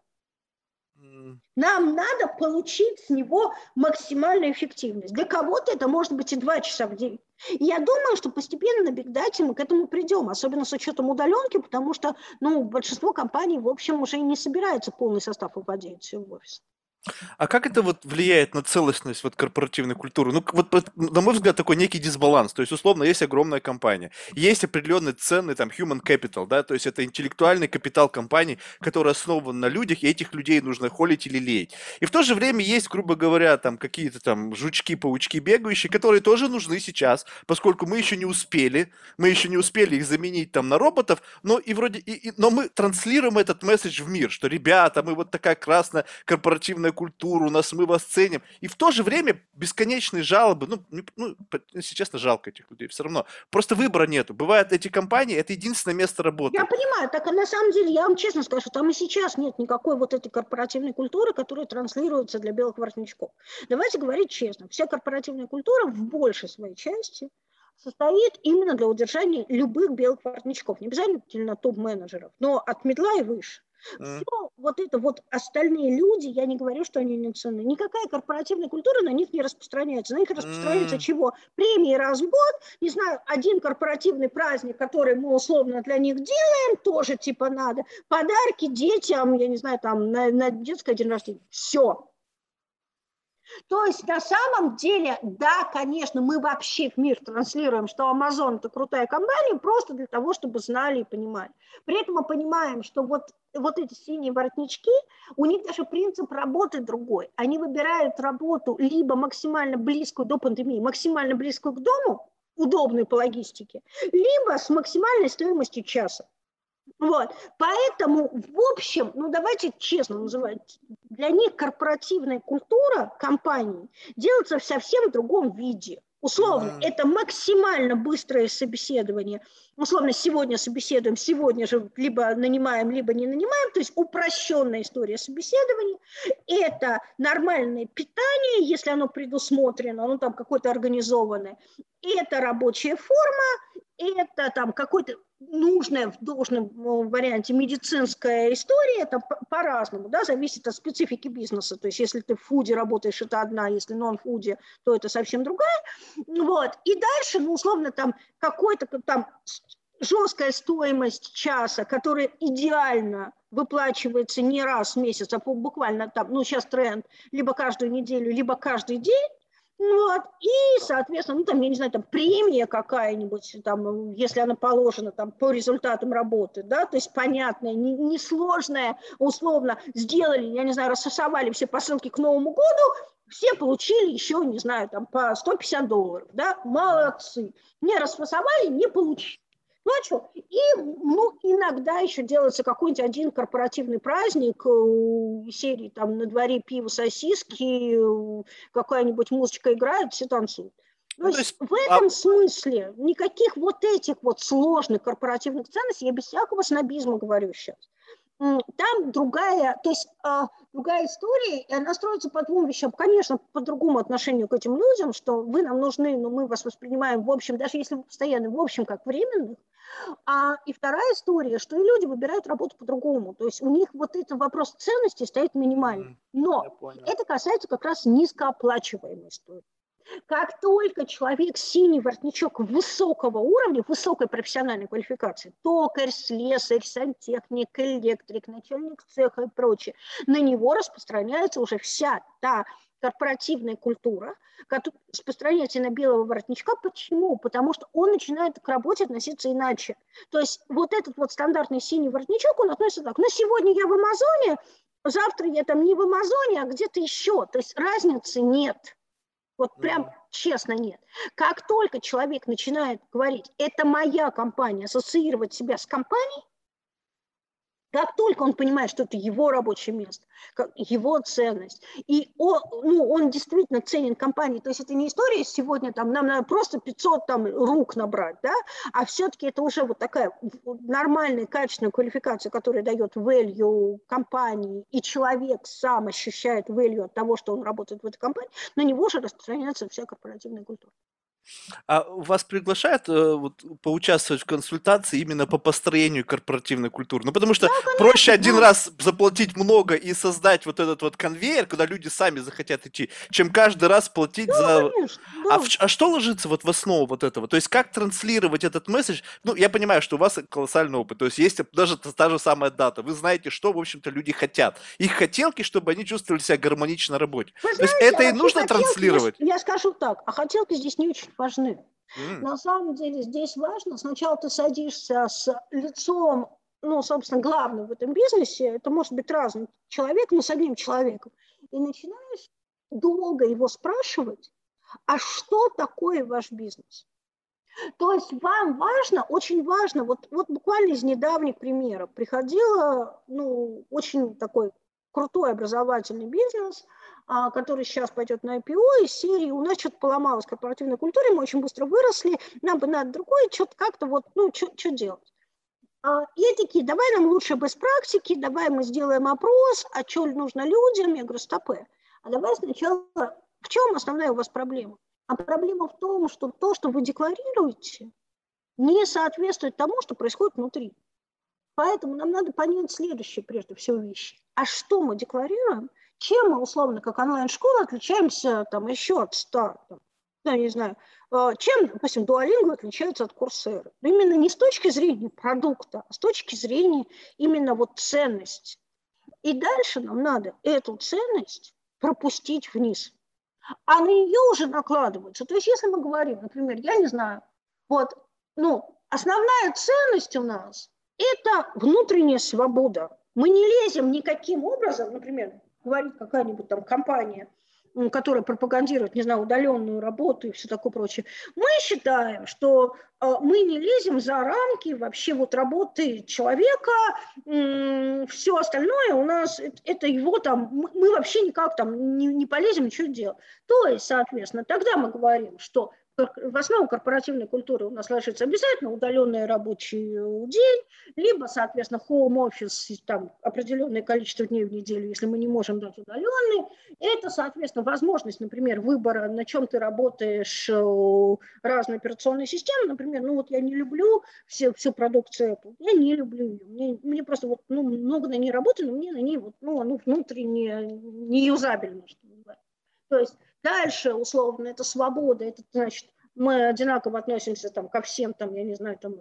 Нам надо получить с него максимальную эффективность. Для кого-то это может быть и 2 часа в день. И я думаю, что постепенно на бигдате мы к этому придем, особенно с учетом удаленки, потому что, ну, большинство компаний, в общем, уже не собирается полный состав выводить в офис. А как это вот влияет на целостность вот корпоративной культуры? Ну, вот, на мой взгляд, такой некий дисбаланс. То есть, условно, есть огромная компания, есть определенный ценный там human capital, да, то есть это интеллектуальный капитал компании, который основан на людях, и этих людей нужно холить или леять. И в то же время есть, грубо говоря, там какие-то там жучки, паучки бегающие, которые тоже нужны сейчас, поскольку мы еще не успели их заменить там на роботов, но и вроде, но мы транслируем этот месседж в мир, что, ребята, мы вот такая красная корпоративная культура, у нас мы вас ценим. И в то же время бесконечные жалобы, если честно, жалко этих людей все равно. Просто выбора нету. Бывают эти компании, это единственное место Я работы. понимаю, так на самом деле, я вам честно скажу, там и сейчас нет никакой вот этой корпоративной культуры, которая транслируется для белых воротничков. Давайте говорить честно, вся корпоративная культура в большей своей части состоит именно для удержания любых белых воротничков, не обязательно топ-менеджеров, но от медла и выше. Все вот это вот остальные люди, я не говорю, что они не ценны, никакая корпоративная культура на них не распространяется. На них распространяется чего? Премии раз в год, не знаю, один корпоративный праздник, который мы условно для них делаем, тоже типа надо, подарки детям, я не знаю, там на детское день рождения. Все. То есть на самом деле, да, конечно, мы вообще в мир транслируем, что Amazon – это крутая компания, просто для того, чтобы знали и понимали. При этом мы понимаем, что вот эти синие воротнички, у них даже принцип работы другой. Они выбирают работу либо максимально близкую до пандемии, максимально близкую к дому, удобную по логистике, либо с максимальной стоимостью часа. Вот. Поэтому, в общем, ну давайте честно называть, для них корпоративная культура компании делается в совсем другом виде. Условно, это максимально быстрое собеседование. Условно, сегодня собеседуем, сегодня же либо нанимаем, либо не нанимаем. То есть упрощенная история собеседования. Это нормальное питание, если оно предусмотрено, ну там какое-то организованное. Это рабочая форма, это там какой-то нужная в должном варианте медицинская история, это по-разному, да, зависит от специфики бизнеса. То есть если ты в фуде работаешь, это одна, если нон-фуде, то это совсем другая. Вот. И дальше, ну, условно, там какой-то там жесткая стоимость часа, которая идеально выплачивается не раз в месяц, а буквально там, ну, сейчас тренд, либо каждую неделю, либо каждый день. Вот. И, соответственно, ну, там, я не знаю, там премия какая-нибудь, там, если она положена там, по результатам работы, да, то есть понятная, несложная, условно, сделали, я не знаю, рассосовали все посылки к Новому году, все получили еще, не знаю, там, по $150, да, молодцы. Не расфасовали, не получили. Ну, а что? И ну, иногда еще делается какой-нибудь один корпоративный праздник серии, там, на дворе пиво, сосиски, какая-нибудь музычка играет, все танцуют. То Ну, то есть есть, в этом смысле никаких вот этих вот сложных корпоративных ценностей, я без всякого снобизма говорю сейчас, там другая, то есть другая история, и она строится по двум вещам. Конечно, по другому отношению к этим людям, что вы нам нужны, но мы вас воспринимаем, в общем, даже если вы постоянно, в общем, как временных. И вторая история, что и люди выбирают работу по-другому. То есть у них вот этот вопрос ценностей стоит минимально. я Но понял. это касается как раз низкооплачиваемой истории. Как только человек синий воротничок высокого уровня, высокой профессиональной квалификации, токарь, слесарь, сантехник, электрик, начальник цеха и прочее, на него распространяется уже вся та корпоративная культура, которая распространяется на белого воротничка. Почему? Потому что он начинает к работе относиться иначе. То есть вот этот вот стандартный синий воротничок, он относится так: ну сегодня я в Амазоне, завтра я там не в Амазоне, а где-то еще. То есть разницы нет. Вот прям честно нет. Как только человек начинает говорить, это моя компания, ассоциировать себя с компанией, как только он понимает, что это его рабочее место, его ценность, и он действительно ценен компании, то есть это не история сегодня, там, нам надо просто 500 там, рук набрать, да, а все-таки это уже вот такая нормальная, качественная квалификация, которая дает value компании, и человек сам ощущает value от того, что он работает в этой компании, на него же распространяется вся корпоративная культура. А вас приглашают вот, поучаствовать в консультации именно по построению корпоративной культуры? Ну, потому Да, что проще конечно, один да. раз заплатить много и создать вот этот вот конвейер, куда люди сами захотят идти, чем каждый раз платить Да, за... конечно, А, да. а что ложится вот в основу вот этого? То есть как транслировать этот месседж? Ну, я понимаю, что у вас колоссальный опыт, то есть есть даже та же самая дата. Вы знаете, что, в общем-то, люди хотят. Их хотелки, чтобы они чувствовали себя гармонично на работе. Вы То есть знаете, а это и вообще нужно хотелки, транслировать. я скажу так, а хотелки здесь не очень важны. М. На самом деле здесь важно, сначала ты садишься с лицом, ну, собственно, главным в этом бизнесе, это может быть разный человек, но с одним человеком, и начинаешь долго его спрашивать, а что такое ваш бизнес? То есть вам важно, очень важно, вот буквально из недавних примеров приходила, ну, очень такой крутой образовательный бизнес, который сейчас пойдет на IPO из серии «У нас что-то поломалось в корпоративной культуре, мы очень быстро выросли, нам бы надо другое, что-то как-то вот, ну, что делать?» И такие: давай нам лучше без практики, давай мы сделаем опрос, а что нужно людям? Я говорю: стопэ, а давай сначала, в чем основная у вас проблема? А проблема в том, что то, что вы декларируете, не соответствует тому, что происходит внутри. Поэтому нам надо понять следующие, прежде всего, вещи. А что мы декларируем? Чем мы, условно, как онлайн-школа, отличаемся там, еще от старта? Ну, не знаю, чем, допустим, Duolingo отличается от Coursera? Именно не с точки зрения продукта, а с точки зрения именно вот ценности. И дальше нам надо эту ценность пропустить вниз. А на нее уже накладываются. То есть если мы говорим, например, я не знаю, вот, ну, основная ценность у нас – это внутренняя свобода. Мы не лезем никаким образом, например, говорит какая-нибудь там компания, которая пропагандирует, не знаю, удаленную работу и все такое прочее. Мы считаем, что мы не лезем за рамки вообще вот работы человека, все остальное у нас, это его там, мы вообще никак там не полезем ничего делать. То есть, соответственно, тогда мы говорим, что в основу корпоративной культуры у нас ложится обязательно удаленный рабочий день, либо, соответственно, home office, там определенное количество дней в неделю, если мы не можем дать удаленный. Это, соответственно, возможность, например, выбора, на чем ты работаешь, разные операционные системы. Например, ну вот я не люблю всю продукцию Apple, я не люблю ее. Мне просто вот, ну, много на ней работы, но мне на ней вот, ну, оно внутренне не юзабельно, что называется. То есть дальше, условно, это свобода, это значит, мы одинаково относимся там, ко всем, там, я не знаю, там,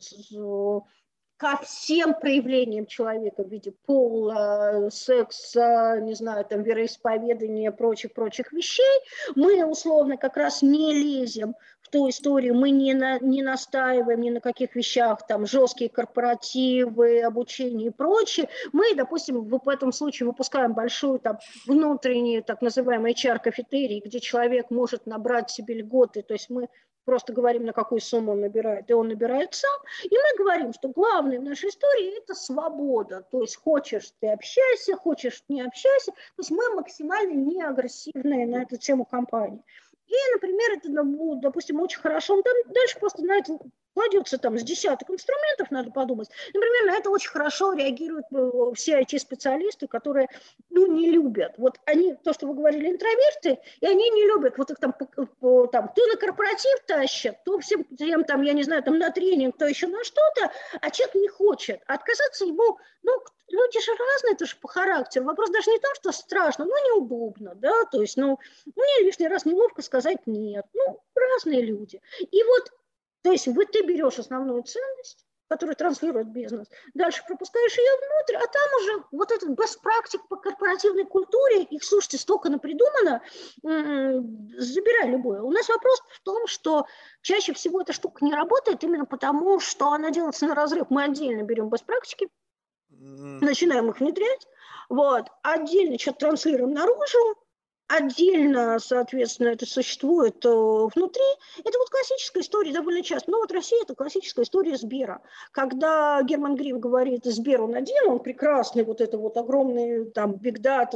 ко всем проявлениям человека в виде пола, секса, не знаю, там, вероисповедания, прочих вещей, мы условно как раз не лезем в ту историю, мы не настаиваем ни на каких вещах, там, жесткие корпоративы, обучение и прочее. Мы, допустим, в этом случае выпускаем большую там внутреннюю, так называемую HR-кафетерий, где человек может набрать себе льготы, то есть мы просто говорим, на какую сумму он набирает, и он набирает сам. И мы говорим, что главное в нашей истории – это свобода. То есть хочешь – ты общайся, хочешь – не общайся. То есть мы максимально не агрессивные на эту тему компании. И, например, это, допустим, очень хорошо. Там дальше просто на это кладется там с десяток инструментов, надо подумать. Например, на это очень хорошо реагируют все IT-специалисты, которые, ну, не любят. Вот они, то, что вы говорили, интроверты, и они не любят, вот их там то на корпоратив тащат, то всем там, я не знаю, там на тренинг, то еще на что-то, а человек не хочет. А отказаться ему, ну, люди же разные тоже по характеру. Вопрос даже не в том, что страшно, но неудобно, да, то есть, ну, мне лишний раз неловко сказать нет. Ну, разные люди. И вот, то есть ты берешь основную ценность, которую транслирует бизнес, дальше пропускаешь ее внутрь, а там уже вот этот best практик по корпоративной культуре, их, слушайте, столько напридумано, забирай любое. У нас вопрос в том, что чаще всего эта штука не работает именно потому, что она делается на разрыв. Мы отдельно берем best практики, начинаем их внедрять, вот, отдельно что-то транслируем наружу, отдельно, соответственно, это существует внутри. Это вот классическая история довольно часто. Но вот Россия – это классическая история Сбера. Когда Герман Греф говорит «Сбер он один», он прекрасный, вот это вот огромный там бигдата,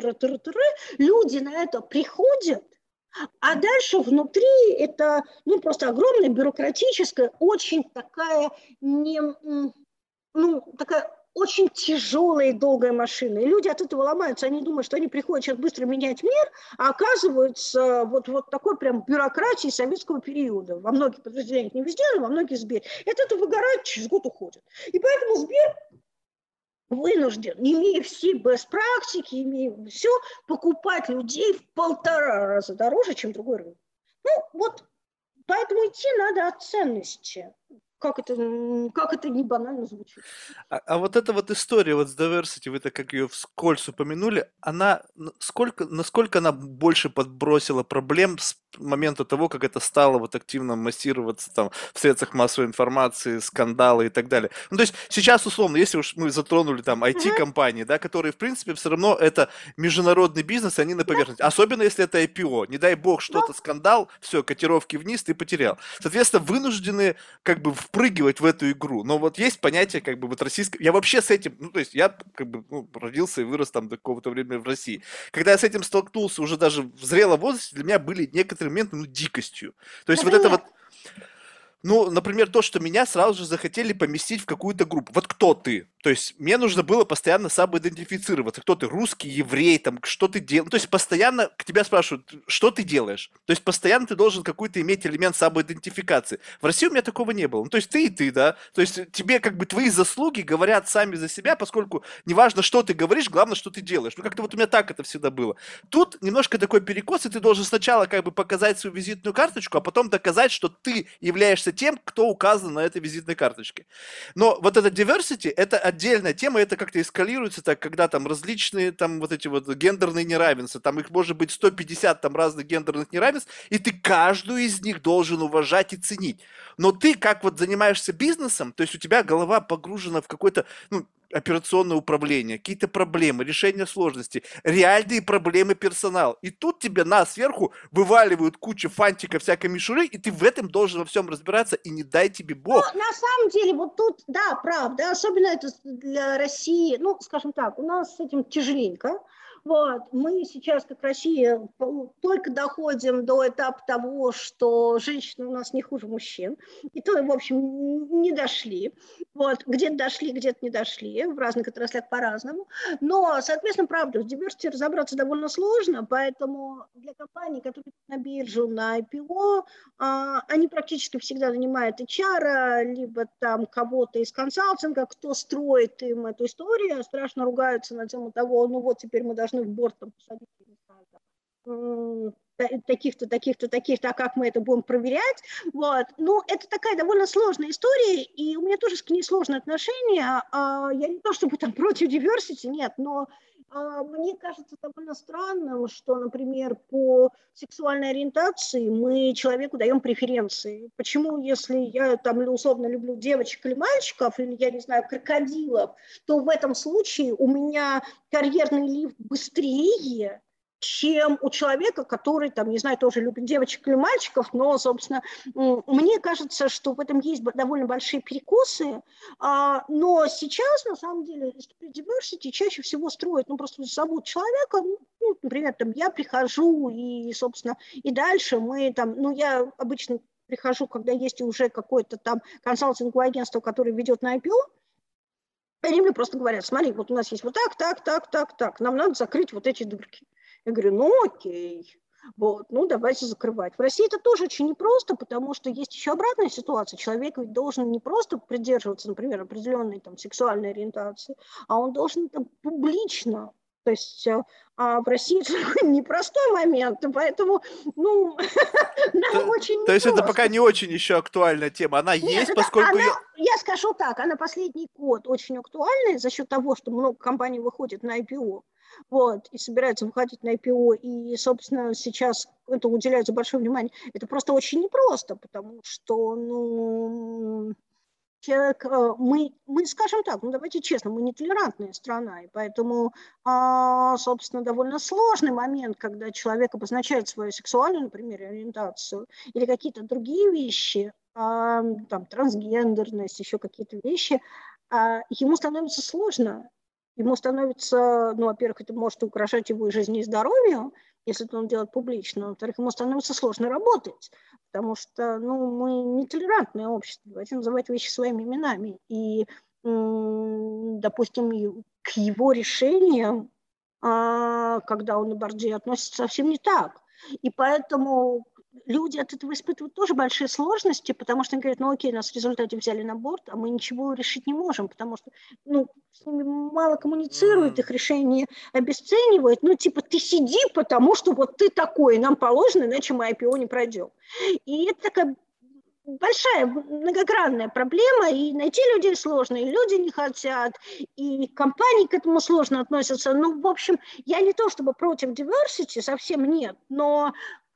люди на это приходят, а дальше внутри это, ну, просто огромная бюрократическая, очень такая, не, ну, такая очень тяжелая и долгая машина. И люди от этого ломаются. Они думают, что они приходят сейчас быстро менять мир, а оказываются вот такой прям бюрократией советского периода. Во многих подразделениях, не везде, но во многих Сбере. Это выгорает, через год уходит. И поэтому Сбер вынужден, имея все бест-практики, имея все, покупать людей в 1,5 раза дороже, чем другой рынок. Ну, вот поэтому идти надо от ценности. Как это не банально звучит. А вот эта вот история вот с diversity, вы так как ее вскользь упомянули, она насколько она больше подбросила проблем с момента того, как это стало вот активно массироваться там в средствах массовой информации, скандалы и так далее. Ну, то есть сейчас, условно, если уж мы затронули там IT-компании, да, которые, в принципе, все равно это международный бизнес, они на поверхности. Особенно, если это IPO. Не дай бог, что-то скандал, все, котировки вниз, ты потерял. Соответственно, вынуждены как бы впрыгивать в эту игру. Но вот есть понятие как бы вот российское... Я вообще с этим... Ну, то есть я как бы родился и вырос там до какого-то времени в России. Когда я с этим столкнулся уже даже в зрелом возрасте, для меня были некоторые моменты, дикостью. То есть вот это вот... Ну, например, то, что меня сразу же захотели поместить в какую-то группу. Вот кто ты? То есть мне нужно было постоянно самоидентифицироваться. Кто ты? Русский, еврей, там, что ты делаешь? То есть постоянно к тебя спрашивают, что ты делаешь? То есть постоянно ты должен какой-то иметь элемент самоидентификации. В России у меня такого не было. Ну, то есть ты и ты, да? То есть тебе как бы твои заслуги говорят сами за себя, поскольку неважно, что ты говоришь, главное, что ты делаешь. Ну, как-то вот у меня так это всегда было. Тут немножко такой перекос, и ты должен сначала как бы показать свою визитную карточку, а потом доказать, что ты являешься тем, кто указан на этой визитной карточке. Но вот это diversity, это отдельная тема, это как-то эскалируется так, когда там различные там вот эти вот гендерные неравенства, там их может быть 150 там разных гендерных неравенств, и ты каждую из них должен уважать и ценить. Но ты как вот занимаешься бизнесом, то есть у тебя голова погружена в какой-то, ну, операционное управление, какие-то проблемы, решение сложностей, реальные проблемы персонала. И тут тебе сверху вываливают кучу фантика всякой мишуры, и ты в этом должен во всем разбираться, и не дай тебе бог. Ну, на самом деле, вот тут, да, правда, особенно это для России, ну, скажем так, у нас с этим тяжеленько. Вот. Мы сейчас, как Россия, только доходим до этапа того, что женщины у нас не хуже мужчин. И то, в общем, не дошли. Вот. Где-то дошли, где-то не дошли. В разных отраслях по-разному. Но, соответственно, правда, в diversity разобраться довольно сложно, поэтому для компаний, которые на биржу, на IPO, они практически всегда нанимают HR, либо там кого-то из консалтинга, кто строит им эту историю, страшно ругаются на тему того, ну вот теперь мы должны в борт там посадить таких-то, таких-то, таких-то, а как мы это будем проверять? Вот. Ну, это такая довольно сложная история, и у меня тоже к ней сложные отношения. Я не то чтобы там против diversity, нет, но мне кажется довольно странным, что, например, по сексуальной ориентации мы человеку даем преференции. Почему, если я там условно люблю девочек или мальчиков, или, я не знаю, крокодилов, то в этом случае у меня карьерный лифт быстрее, чем у человека, который, там, не знаю, тоже любит девочек или мальчиков, но, собственно, мне кажется, что в этом есть довольно большие перекосы, но сейчас, на самом деле, diversity чаще всего строят, ну, просто зовут человека, ну, например, там, я прихожу, и, собственно, и дальше мы там, ну, я обычно прихожу, когда есть уже какое-то там консалтинговое агентство, которое ведет на IPO, они мне просто говорят, смотри, вот у нас есть вот так, нам надо закрыть вот эти дырки. Я говорю, ну окей, вот, ну давайте закрывать. В России это тоже очень непросто, потому что есть еще обратная ситуация. Человек ведь должен не просто придерживаться, например, определенной там сексуальной ориентации, а он должен там публично. То есть в России это непростой момент, и поэтому, ну, нам очень непросто. То есть это пока не очень еще актуальная тема. Она Нет, есть, это поскольку... я скажу так, она последний год очень актуальна за счет того, что много компаний выходит на IPO, вот, и собираются выходить на IPO, и, собственно, сейчас это уделяется большое внимание. Это просто очень непросто, потому что, ну, человек, мы, скажем так, ну, давайте честно, мы нетолерантная страна, и поэтому, собственно, довольно сложный момент, когда человек обозначает свою сексуальную, например, ориентацию или какие-то другие вещи, там, трансгендерность, еще какие-то вещи, ему становится сложно. Ему становится, ну, во-первых, это может угрожать его жизни и здоровью, если это он делает публично. Во-вторых, ему становится сложно работать, потому что, ну, мы нетолерантное общество, давайте называть вещи своими именами. И допустим, к его решениям, когда он на борде, относится совсем не так. И поэтому люди от этого испытывают тоже большие сложности, потому что они говорят, ну окей, нас в результате взяли на борт, а мы ничего решить не можем, потому что с ними мало коммуницируют, их решения обесценивают. Ну типа ты сиди, потому что вот ты такой, нам положено, иначе мы IPO не пройдем. И это такая большая, многогранная проблема, и найти людей сложно, и люди не хотят, и компании к этому сложно относятся. Ну, в общем, я не то чтобы против diversity, совсем нет, но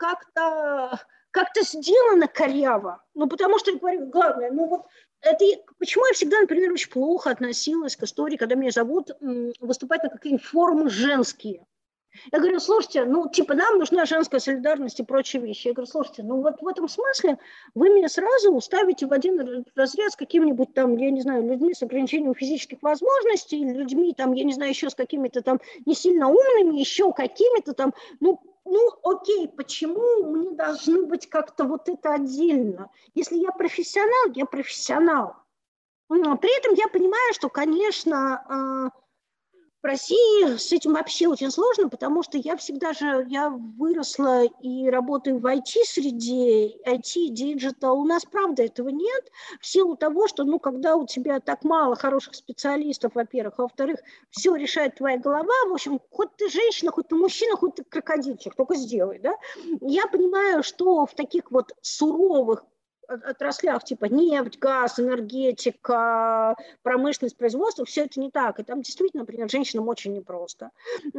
как-то сделано коряво. Ну, потому что, я говорю, главное, это, почему я всегда, например, очень плохо относилась к истории, когда меня зовут выступать на какие-нибудь форумы женские. Я говорю, слушайте, нам нужна женская солидарность и прочие вещи. Я говорю, слушайте, вот в этом смысле вы меня сразу ставите в один разряд с какими-нибудь там, я не знаю, людьми с ограничением физических возможностей, людьми там, я не знаю, еще с какими-то там не сильно умными, еще какими-то там, окей, почему мне должны быть как-то вот это отдельно? Если я профессионал, я профессионал. При этом я понимаю, что, конечно, в России с этим вообще очень сложно, потому что я выросла и работаю в IT-среде, IT, диджитал. У нас, правда, этого нет, в силу того, что, когда у тебя так мало хороших специалистов, во-первых, а во-вторых, все решает твоя голова, в общем, хоть ты женщина, хоть ты мужчина, хоть ты крокодильчик, только сделай, да. Я понимаю, что в таких вот суровых отраслях типа нефть, газ, энергетика, промышленность, производство, все это не так. И там действительно, например, женщинам очень непросто.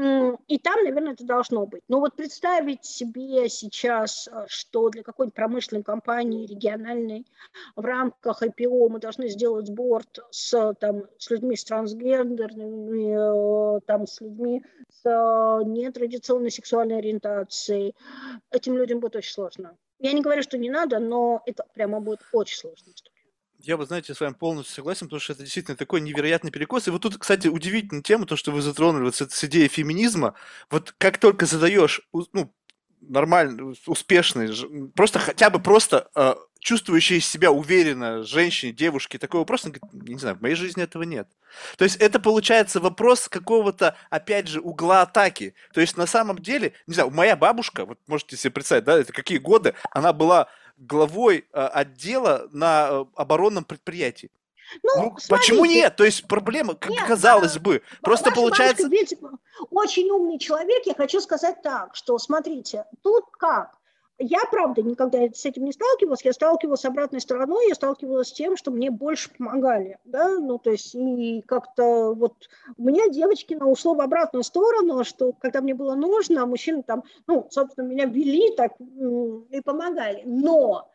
И там, наверное, это должно быть. Но вот представить себе сейчас, что для какой-нибудь промышленной компании региональной в рамках IPO мы должны сделать борт с людьми с трансгендерными, с людьми с нетрадиционной сексуальной ориентацией, этим людям будет очень сложно. Я не говорю, что не надо, но это прямо будет очень сложная история. Я вот, знаете, с вами полностью согласен, потому что это действительно такой невероятный перекос. И вот тут, кстати, удивительная тема, то, что вы затронули вот с идеей феминизма. Вот как только задаешь, нормально, успешный, просто хотя бы просто чувствующей себя уверенно женщине, девушке такой вопрос, она говорит, не знаю, в моей жизни этого нет. То есть это получается вопрос какого-то, опять же, угла атаки. То есть на самом деле, не знаю, моя бабушка, вот можете себе представить, да, это какие годы, она была главой отдела на оборонном предприятии. Почему Смотрите, нет? То есть проблема, нет, казалось бы, просто ваша бабушка получается... ведь очень умный человек. Я хочу сказать так, что смотрите, тут как? Я, правда, никогда с этим не сталкивалась. Я сталкивалась с обратной стороной, я сталкивалась с тем, что мне больше помогали. Да? То есть и как-то вот у меня девочки ушло в обратную сторону, что когда мне было нужно, мужчины там, собственно, меня вели так и помогали. Но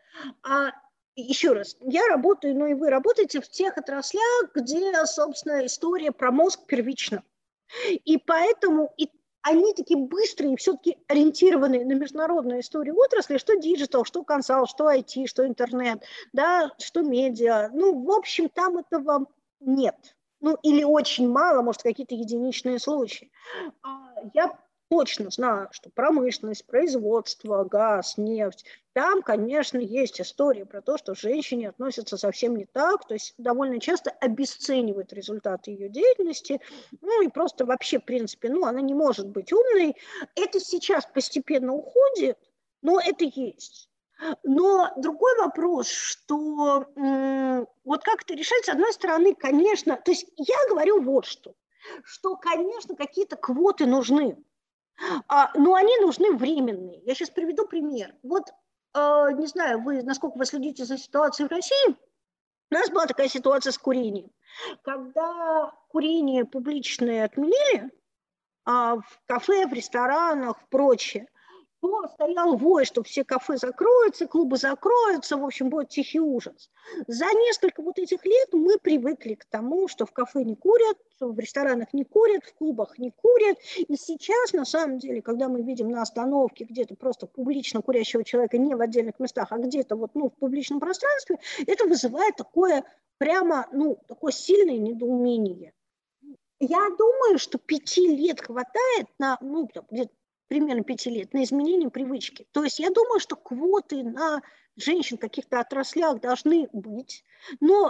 еще раз, я работаю, и вы работаете в тех отраслях, где, собственно, история про мозг первична. И поэтому они такие быстрые, все-таки ориентированные на международную историю отрасли, что диджитал, что консалт, что IT, что интернет, да, что медиа. В общем, там этого нет. Или очень мало, может, какие-то единичные случаи. Я точно знаю, что промышленность, производство, газ, нефть, там, конечно, есть история про то, что женщине относятся совсем не так, то есть довольно часто обесценивают результаты ее деятельности, и просто вообще, в принципе, она не может быть умной. Это сейчас постепенно уходит, но это есть. Но другой вопрос, что вот как это решать, с одной стороны, конечно, то есть я говорю вот что, конечно, какие-то квоты нужны, но они нужны временные. Я сейчас приведу пример. Вот, не знаю, насколько вы следите за ситуацией в России, у нас была такая ситуация с курением. Когда курение публичное отменили, в кафе, в ресторанах, прочее, то стоял вой, что все кафе закроются, клубы закроются, в общем, будет тихий ужас. За несколько вот этих лет мы привыкли к тому, что в кафе не курят, в ресторанах не курят, в клубах не курят. И сейчас, на самом деле, когда мы видим на остановке где-то просто публично курящего человека, не в отдельных местах, а где-то вот, в публичном пространстве, это вызывает такое прямо, такое сильное недоумение. Я думаю, что 5 лет хватает на, где-то примерно 5 лет, на изменение привычки. То есть я думаю, что квоты на женщин в каких-то отраслях должны быть, но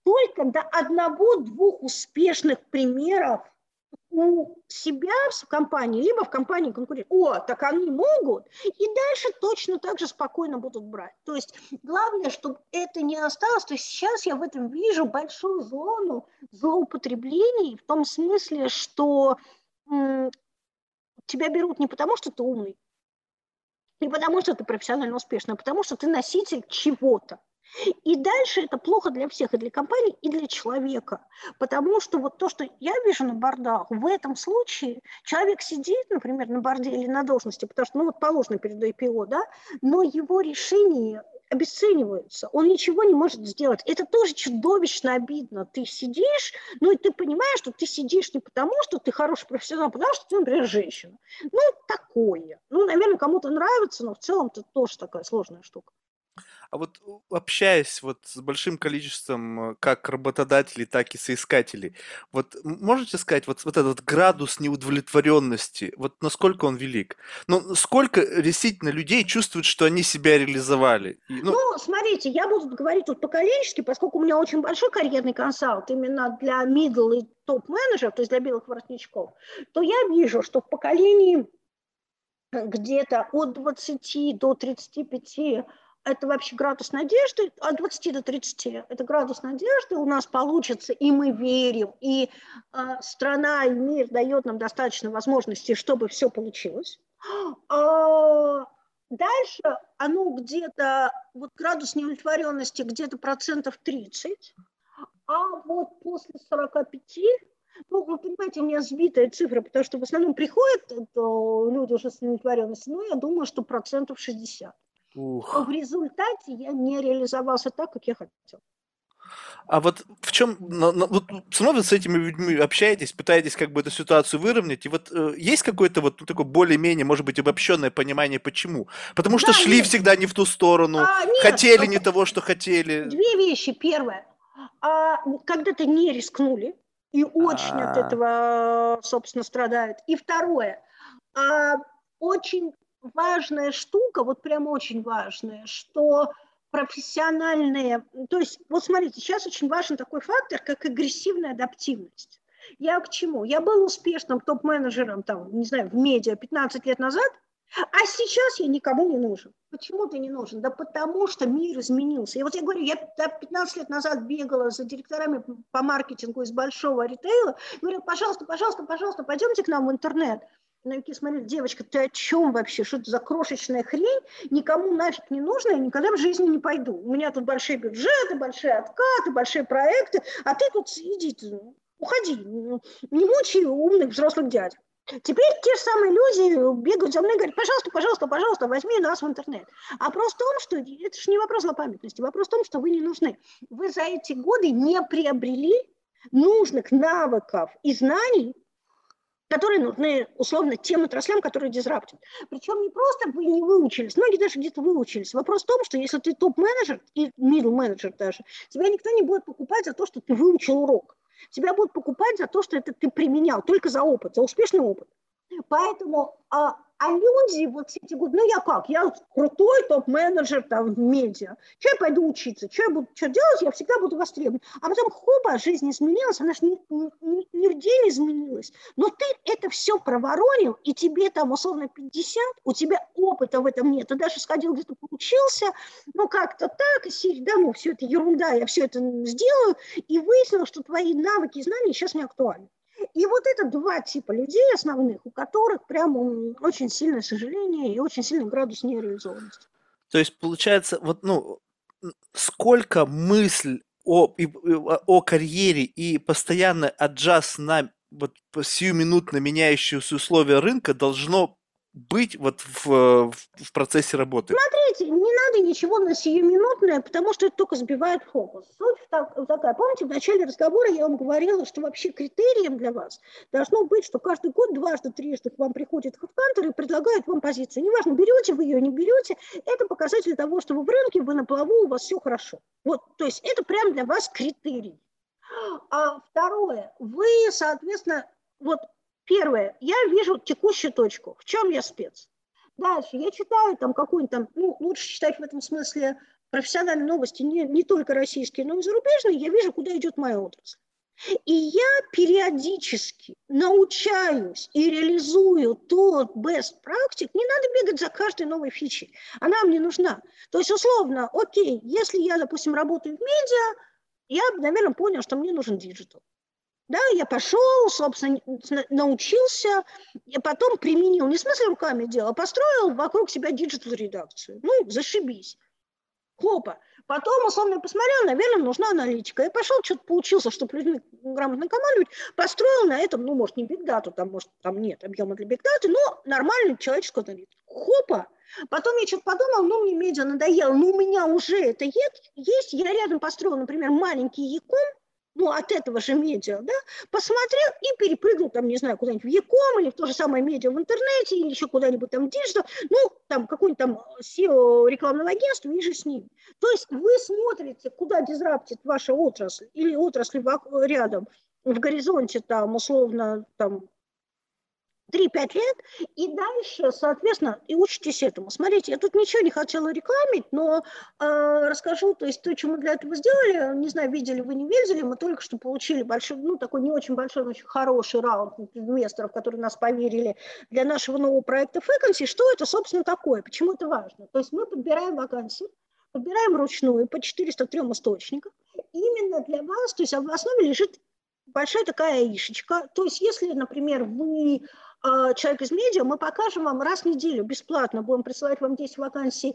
только до одного-двух успешных примеров у себя в компании, либо в компании конкурентов. О, так они могут, и дальше точно так же спокойно будут брать. То есть главное, чтобы это не осталось. То есть сейчас я в этом вижу большую зону злоупотреблений, в том смысле, что тебя берут не потому, что ты умный, не потому, что ты профессионально успешный, а потому, что ты носитель чего-то. И дальше это плохо для всех, и для компании, и для человека. Потому что вот то, что я вижу на бордах, в этом случае человек сидит, например, на борде или на должности, потому что, ну вот положено перед IPO, да, но его решения обесцениваются, он ничего не может сделать. Это тоже чудовищно обидно. Ты сидишь, ну и ты понимаешь, что ты сидишь не потому, что ты хороший профессионал, а потому что ты, например, женщина. Ну, такое. Ну, наверное, кому-то нравится, но в целом это тоже такая сложная штука. А вот общаясь вот с большим количеством как работодателей, так и соискателей, вот можете сказать, вот этот вот градус неудовлетворенности, вот насколько он велик? Ну, сколько действительно людей чувствуют, что они себя реализовали? Ну, смотрите, я буду говорить тут поколенчески, поскольку у меня очень большой карьерный консалт именно для middle и топ-менеджеров, то есть для белых воротничков, то я вижу, что в поколении где-то от 20 до 35 это вообще градус надежды, от 20 до 30 это градус надежды, у нас получится, и мы верим, и страна, и мир дает нам достаточно возможностей, чтобы все получилось. Дальше оно где-то, вот градус неудовлетворенности где-то 30%, а вот после 45, ну, вы понимаете, у меня сбитая цифра, потому что в основном приходят люди уже с неудовлетворенностью, но я думаю, что 60%. Но в результате я не реализовался так, как я хотел. А вот в чем, вот снова с этими людьми общаетесь, пытаетесь как бы эту ситуацию выровнять, и вот есть какое-то вот такое более-менее, может быть, обобщенное понимание, почему? Потому что Да, шли есть. всегда не в ту сторону, Нет, хотели не того, что хотели. две вещи. Первое, когда-то не рискнули, и очень от этого, собственно, страдают. И второе, очень важная штука, вот прям очень важная, что профессиональные, то есть, вот смотрите, сейчас очень важен такой фактор, как агрессивная адаптивность. Я к чему? Я был успешным топ-менеджером, там, не знаю, в медиа 15 лет назад, а сейчас я никому не нужен. Почему ты не нужен? Да потому что мир изменился. И вот я говорю, я 15 лет назад бегала за директорами по маркетингу из большого ритейла, говорю, пожалуйста, пожалуйста, пожалуйста, пойдемте к нам в интернет. Новики смотрели, девочка, ты о чем вообще? Что это за крошечная хрень? Никому нафиг не нужно, я никогда в жизни не пойду. У меня тут большие бюджеты, большие откаты, большие проекты, а ты тут иди, уходи, не мучай умных взрослых дядь. Теперь те же самые люди бегают за мной и говорят, пожалуйста, пожалуйста, пожалуйста, возьми нас в интернет. А вопрос в том, что это же не вопрос злопамятности, вопрос в том, что вы не нужны. Вы за эти годы не приобрели нужных навыков и знаний, которые нужны, условно, тем отраслям, которые дизраптят. Причем не просто вы не выучились, многие даже где-то выучились. Вопрос в том, что если ты топ-менеджер и middle-менеджер даже, тебя никто не будет покупать за то, что ты выучил урок. Тебя будут покупать за то, что это ты применял, только за опыт, за успешный опыт. Поэтому, люди вот все эти годы, ну я как, я крутой топ-менеджер там в медиа, что я пойду учиться, что я буду что делать, я всегда буду востребован. А потом хоба, жизнь изменилась, она же ни в день изменилась. Но ты это все проворонил, и тебе там условно 50, у тебя опыта в этом нет. Ты даже сходил где-то поучился, ну как-то так, и сидишь, да, ну все это ерунда, я все это сделаю, и выяснил, что твои навыки и знания сейчас не актуальны. И вот это два типа людей основных, у которых прям очень сильное сожаление и очень сильный градус нереализованности. То есть получается, вот, ну, сколько мысль о карьере и постоянный аджаст на вот сиюминутно меняющиеся условия рынка должно быть вот в процессе работы? Смотрите, не надо ничего на сиюминутное, потому что это только сбивает фокус. Суть такая. Помните, в начале разговора я вам говорила, что вообще критерием для вас должно быть, что каждый год дважды, трижды к вам приходит HeadHunter и предлагает вам позицию. Неважно, берете вы ее, не берете, это показатель того, что вы в рынке, вы на плаву, у вас все хорошо. Вот, то есть это прям для вас критерий. А второе, вы, соответственно, вот первое, я вижу текущую точку, в чем я спец. Дальше я читаю там какую-нибудь там, ну, лучше читать в этом смысле профессиональные новости, не только российские, но и зарубежные, я вижу, куда идет моя отрасль. И я периодически научаюсь и реализую тот best practice. Не надо бегать за каждой новой фичей. Она мне нужна. То есть, условно, окей, если я, допустим, работаю в медиа, я, наверное, понял, что мне нужен диджитал. Да, я пошел, собственно, научился, и потом применил, не в смысле руками делал, а построил вокруг себя диджитал-редакцию. Ну, зашибись. Хопа. Потом, условно, я посмотрел, наверное, нужна аналитика. Я пошел, что-то поучился, чтобы людьми грамотно командовать, построил на этом, ну, может, не бигдату, там, может, там нет объема для бигдаты, но нормальную человеческую аналитику. Хопа. Потом я что-то подумал, ну, мне медиа надоело, ну, у меня уже это есть. Я рядом построил, например, маленький Яком, ну, от этого же медиа, да, посмотрел и перепрыгнул, там, не знаю, куда-нибудь в Яком или в то же самое медиа в интернете, или еще куда-нибудь там в диджитал, ну, там, какой-нибудь там SEO рекламного агентства и же с ним. То есть вы смотрите, куда дизраптит ваша отрасль или отрасль рядом в горизонте, там, условно, там, 3-5 лет, и дальше, соответственно, и учитесь этому. Смотрите, я тут ничего не хотела рекламить, но расскажу, то есть то, что мы для этого сделали, не знаю, видели вы, не видели, мы только что получили большой, ну, такой не очень большой, но очень хороший раунд инвесторов, которые нас поверили для нашего нового проекта Vacancy. Что это, собственно, такое? Почему это важно? То есть мы подбираем вакансии, подбираем вручную по 403 источникам, именно для вас, то есть в основе лежит большая такая ишечка. То есть если, например, вы человек из медиа, мы покажем вам раз в неделю бесплатно, будем присылать вам 10 вакансий,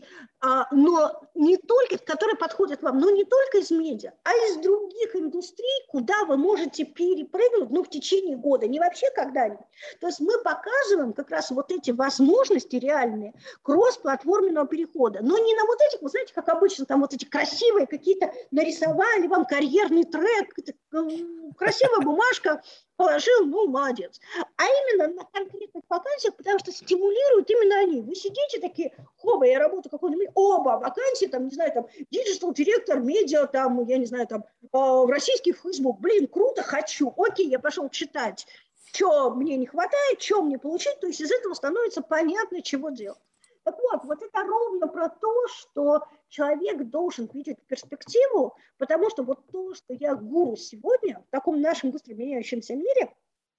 но не только, которые подходят вам, но не только из медиа, а из других индустрий, куда вы можете перепрыгнуть, ну, в течение года, не вообще когда-нибудь. То есть мы показываем как раз вот эти возможности реальные кросс-платформенного перехода, но не на вот этих, вы знаете, как обычно, там вот эти красивые какие-то нарисовали вам карьерный трек, красивая бумажка, положил, ну, молодец. А именно на конкретных вакансиях, потому что стимулируют именно они. Вы сидите такие, хоба, я работаю какой-нибудь, оба, вакансии, там, не знаю, там, диджитал-директор, медиа, там, я не знаю, там, российский Facebook, блин, круто, хочу, окей, я пошел читать, что мне не хватает, что мне получить, то есть из этого становится понятно, чего делать. Так вот это ровно про то, что человек должен видеть перспективу, потому что вот то, что я гуру сегодня в таком нашем быстро меняющемся мире,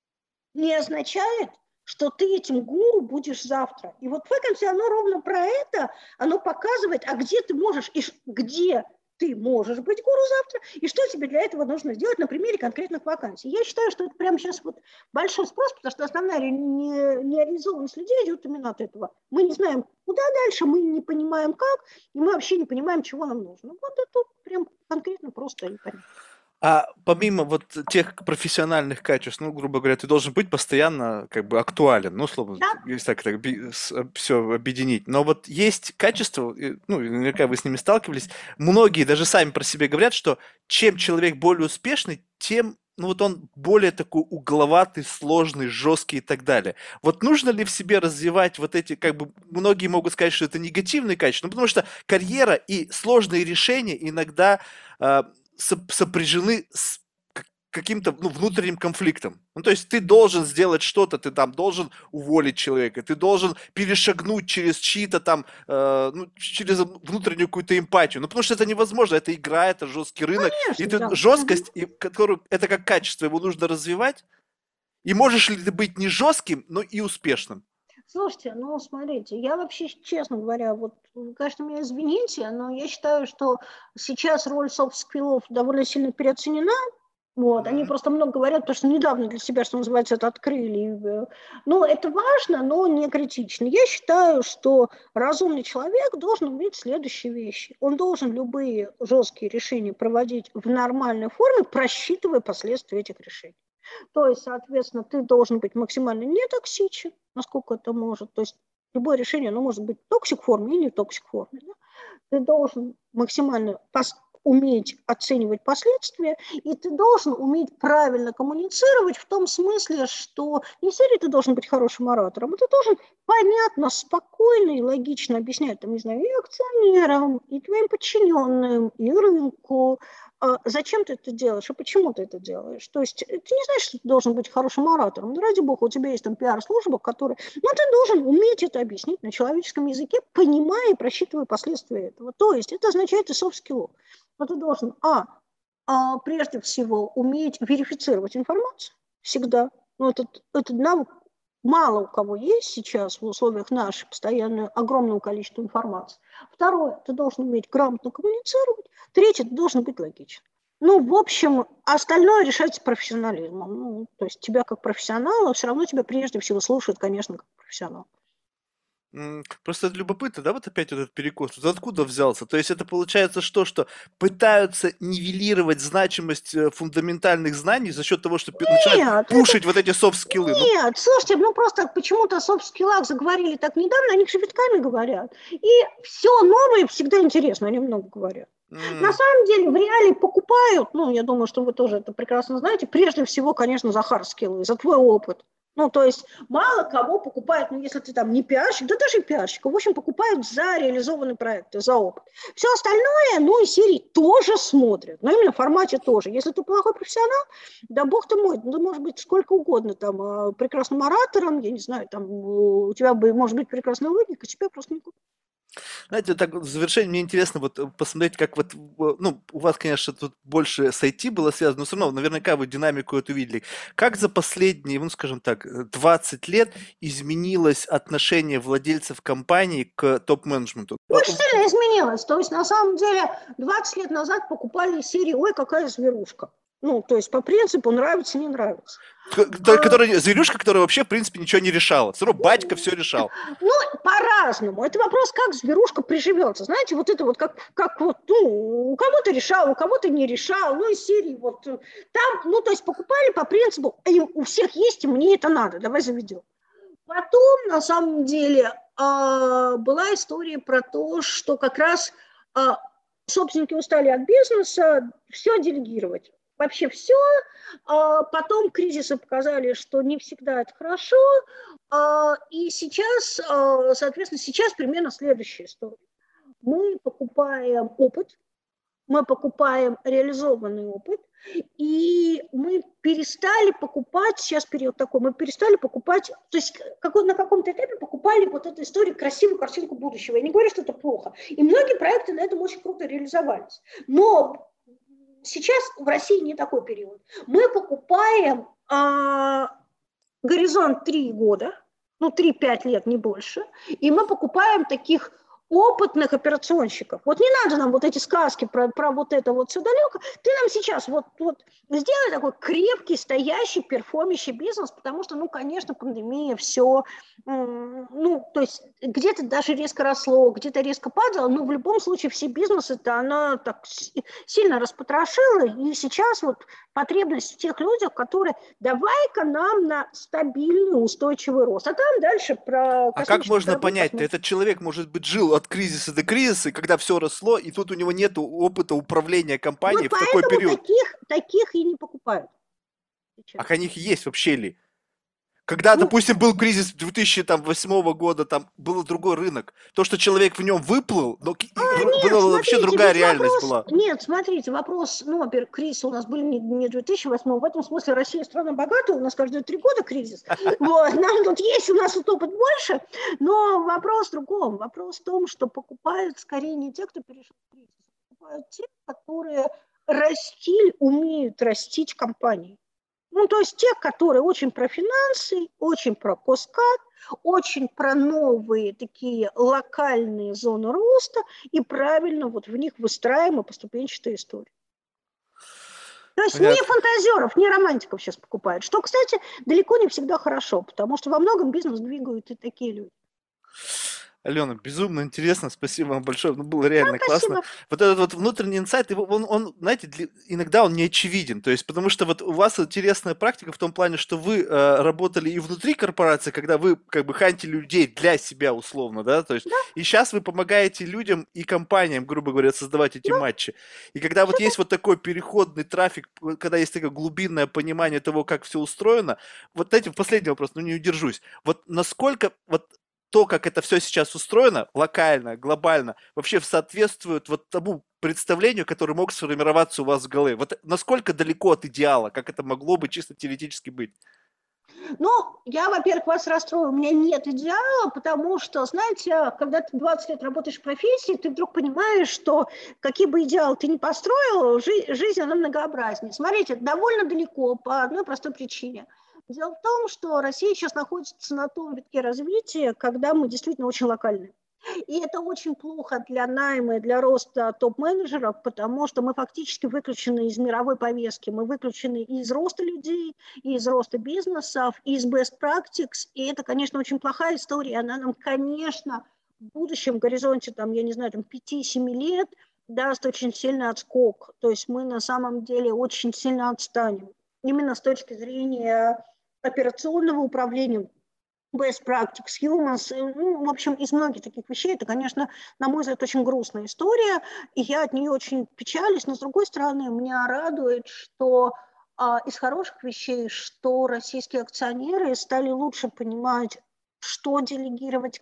не означает, что ты этим гуру будешь завтра. И вот в этом оно ровно про это, оно показывает, а где ты можешь, и где ты можешь быть гуру завтра, и что тебе для этого нужно сделать на примере конкретных вакансий. Я считаю, что это прямо сейчас вот большой спрос, потому что основная нереализованность людей идет именно от этого. Мы не знаем, куда дальше, мы не понимаем как, и мы вообще не понимаем, чего нам нужно. Вот это прям конкретно просто и понятно. А помимо вот тех профессиональных качеств, ну, грубо говоря, ты должен быть постоянно как бы актуален, ну, условно, Да? если так все объединить. Но вот есть качества, ну, наверняка вы с ними сталкивались, многие даже сами про себя говорят, что чем человек более успешный, тем, ну, вот он более такой угловатый, сложный, жесткий и так далее. Вот нужно ли в себе развивать вот эти, как бы, многие могут сказать, что это негативные качества, ну, потому что карьера и сложные решения иногда сопряжены с каким-то, ну, внутренним конфликтом. Ну, то есть ты должен сделать что-то, ты там должен уволить человека, ты должен перешагнуть через чьи-то там, ну, через внутреннюю какую-то эмпатию. Ну, потому что это невозможно, это игра, это жесткий рынок, и Конечно, ты да. жесткость, и, которую, это как качество, его нужно развивать. И можешь ли ты быть не жестким, но и успешным? Слушайте, ну, смотрите, я вообще, честно говоря, вот, конечно, меня извините, но я считаю, что сейчас роль софт-скиллов довольно сильно переоценена. Вот, они просто много говорят, потому что недавно для себя, что называется, это открыли. Ну, это важно, но не критично. Я считаю, что разумный человек должен уметь следующие вещи. Он должен любые жесткие решения проводить в нормальной форме, просчитывая последствия этих решений. То есть, соответственно, ты должен быть максимально нетоксичен, насколько это может. То есть любое решение, оно может быть в токсик форме и не в токсик форме. Да? Ты должен максимально уметь оценивать последствия, и ты должен уметь правильно коммуницировать в том смысле, что не серии ты должен быть хорошим оратором, а ты должен понятно, спокойно и логично объяснять, там, не знаю, и акционерам, и твоим подчиненным, и рынку, зачем ты это делаешь и почему ты это делаешь. То есть ты не знаешь, что ты должен быть хорошим оратором. Ну, ради бога, у тебя есть там пиар-служба, которая... Ну, ты должен уметь это объяснить на человеческом языке, понимая и просчитывая последствия этого. То есть это означает и софт-скиллов. Но ты должен, прежде всего, уметь верифицировать информацию всегда. Ну, этот навык мало у кого есть сейчас в условиях нашей постоянно огромного количества информации. Второе, ты должен уметь грамотно коммуницировать. Третье, ты должен быть логичен. Ну, в общем, остальное решается профессионализмом. Ну, то есть тебя как профессионала, все равно тебя прежде всего слушают, конечно, как профессионал. Просто это любопытно, да, вот опять вот этот перекос. Вот откуда взялся? То есть это получается что пытаются нивелировать значимость фундаментальных знаний за счет того, что начинают Нет, это пушить вот эти софт-скиллы. Ну, нет, слушайте, ну просто почему-то о софт-скиллах заговорили так недавно, они же витками говорят. И все новое всегда интересно, они много говорят. На м, самом деле в реале покупают, ну, я думаю, что вы тоже это прекрасно знаете, прежде всего, конечно, за хард-скиллы, за твой опыт. Ну, то есть мало кого покупают, ну, если ты там не пиарщик, да даже пиарщик, в общем, покупают за реализованные проекты, за опыт. Все остальное, ну, и серии тоже смотрят, но именно в формате тоже. Если ты плохой профессионал, да бог ты мой, ну, может быть, сколько угодно там прекрасным оратором, я не знаю, там у тебя бы, может быть, прекрасная логика, тебя просто не купят. знаете, так вот в завершение мне интересно вот посмотреть, как вот, ну, у вас, конечно, тут больше с IT было связано, но все равно, наверняка вы динамику эту видели. Как за последние, ну, скажем так, 20 лет изменилось отношение владельцев компании к топ-менеджменту? Очень сильно изменилось. То есть, на самом деле, 20 лет назад покупали из серии «Ой, какая зверушка». Ну, то есть, по принципу нравится, не нравится. Зверюшка, которая вообще, в принципе, ничего не решала. Все равно батька все решал. Ну, по-разному. Это вопрос, как зверушка приживется. Знаете, вот это вот как вот, ну, у кого-то решал, у кого-то не решал. Ну, из серии вот там, ну, то есть покупали по принципу, у всех есть, и мне это надо, давай заведем. Потом, на самом деле, была история про то, что как раз собственники устали от бизнеса все делегировать. Вообще все. Потом кризисы показали, что не всегда это хорошо. И сейчас, соответственно, сейчас примерно следующая история. Мы покупаем опыт, мы покупаем реализованный опыт, и мы перестали покупать, сейчас период такой, мы перестали покупать, то есть на каком-то этапе покупали вот эту историю, красивую картинку будущего. Я не говорю, что это плохо. И многие проекты на этом очень круто реализовались. Но сейчас в России не такой период. Мы покупаем горизонт 3 года, ну 3-5 лет, не больше, и мы покупаем таких опытных операционщиков. Вот не надо нам вот эти сказки про вот это вот все далеко. Ты нам сейчас вот сделай такой крепкий, стоящий, перформящий бизнес, потому что, ну, конечно, пандемия, все, ну, то есть где-то даже резко росло, где-то резко падало, но в любом случае все бизнесы-то она так сильно распотрошила, и сейчас вот потребность в тех людях, которые давай-ка нам на стабильный, устойчивый рост. А там дальше про А как космические можно корабли понять-то? посмотрим. Этот человек, может быть, жил от кризиса до кризиса, и когда все росло, и тут у него нет опыта управления компанией Вот в такой поэтому период. таких и не покупают А сейчас. них есть вообще ли? Когда, Ну, допустим, был кризис 2008 года, там был другой рынок. То, что человек в нем выплыл, но нет, была вообще смотрите, другая ведь реальность вопрос, была. нет, смотрите, вопрос, ну, во-первых, кризис у нас были не 2008, в этом смысле Россия страна богатая, у нас каждые 3 года кризис, вот, нам тут есть, у нас тут опыт больше, но вопрос в другом, вопрос в том, что покупают скорее не те, кто перешел кризис, покупают те, которые умеют растить компании. Ну, то есть те, которые очень про финансы, очень про кост-кат, очень про новые такие локальные зоны роста, и правильно вот в них выстраиваемая поступенчатая история. То есть не Понятно. фантазеров, не романтиков сейчас покупают, что, кстати, далеко не всегда хорошо, потому что во многом бизнес двигают и такие люди. Алена, безумно интересно, спасибо вам большое, ну, было реально классно. Спасибо. Вот этот вот внутренний инсайт, он, знаете, иногда он не очевиден, то есть, потому что вот у вас интересная практика в том плане, что вы работали и внутри корпорации, когда вы как бы хантили людей для себя условно, да, то есть, Да, и сейчас вы помогаете людям и компаниям, грубо говоря, создавать эти да, матчи. И когда вот все есть так. вот такой переходный трафик, когда есть такое глубинное понимание того, как все устроено, вот этим последний вопрос, ну не удержусь, вот насколько вот то, как это все сейчас устроено, локально, глобально, вообще соответствует вот тому представлению, который мог сформироваться у вас в голове? Вот насколько далеко от идеала, как это могло бы чисто теоретически быть? Ну, я, во-первых, вас расстрою, у меня нет идеала, потому что, знаете, когда ты 20 лет работаешь в профессии, ты вдруг понимаешь, что какие бы идеалы ты ни построил, жизнь, она многообразнее. Смотрите, довольно далеко по одной простой причине. Дело в том, что Россия сейчас находится на том витке развития, когда мы действительно очень локальны. И это очень плохо для найма и для роста топ-менеджеров, потому что мы фактически выключены из мировой повестки, мы выключены из роста людей, из роста бизнесов, из best practices, и это, конечно, очень плохая история, она нам, конечно, в будущем горизонте, там, я не знаю, там, 5-7 лет даст очень сильный отскок, то есть мы на самом деле очень сильно отстанем, именно с точки зрения операционного управления, best practice, humans, ну, в общем, из многих таких вещей. Это, конечно, на мой взгляд, очень грустная история, и я от нее очень печалюсь, но, с другой стороны, меня радует, что из хороших вещей, что российские акционеры стали лучше понимать, что делегировать,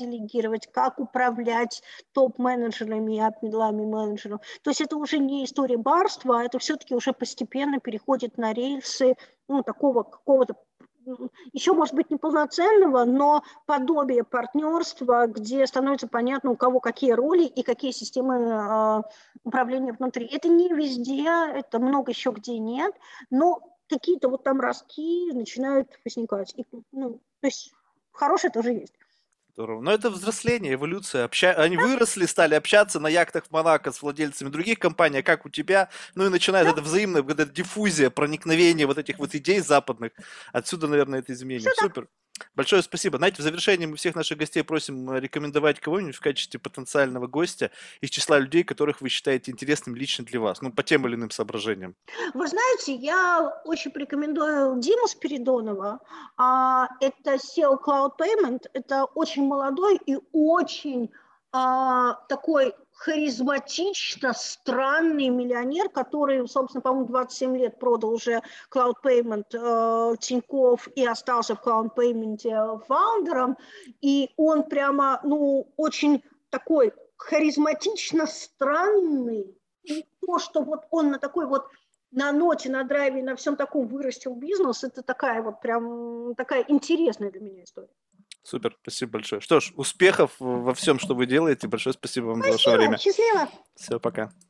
как управлять топ-менеджерами и ап-медлами менеджеров. То есть это уже не история барства, а это все-таки уже постепенно переходит на рельсы, ну, такого какого-то еще, может быть, неполноценного, но подобие партнерства, где становится понятно, у кого какие роли и какие системы управления внутри. Это не везде, это много еще где нет, но какие-то вот там ростки начинают возникать. И, ну, то есть хорошее тоже есть. Здорово. Но это взросление, эволюция. Они выросли, стали общаться на яхтах в Монако с владельцами других компаний, а как у тебя. Ну и начинает Да, эта взаимная вот эта диффузия, проникновение вот этих вот идей западных. Отсюда, наверное, это изменение. все так. Супер. Большое спасибо. Знаете, в завершении мы всех наших гостей просим рекомендовать кого-нибудь в качестве потенциального гостя из числа людей, которых вы считаете интересным лично для вас, ну, по тем или иным соображениям. Вы знаете, я очень рекомендую Диму Спиридонова. Это SEO Cloud Payment. Это очень молодой и очень такой харизматично странный миллионер, который, собственно, по-моему, 27 лет продал уже Cloud Payment Тинькофф и остался в Cloud Payment фаундером. И он прямо, ну, очень такой харизматично странный. И то, что вот он на такой вот на ноте, на драйве, на всем таком вырастил бизнес, это такая вот прям такая интересная для меня история. Супер, спасибо большое. Что ж, успехов во всем, что вы делаете. Большое спасибо вам за ваше Спасибо, время. счастливо. Все, пока.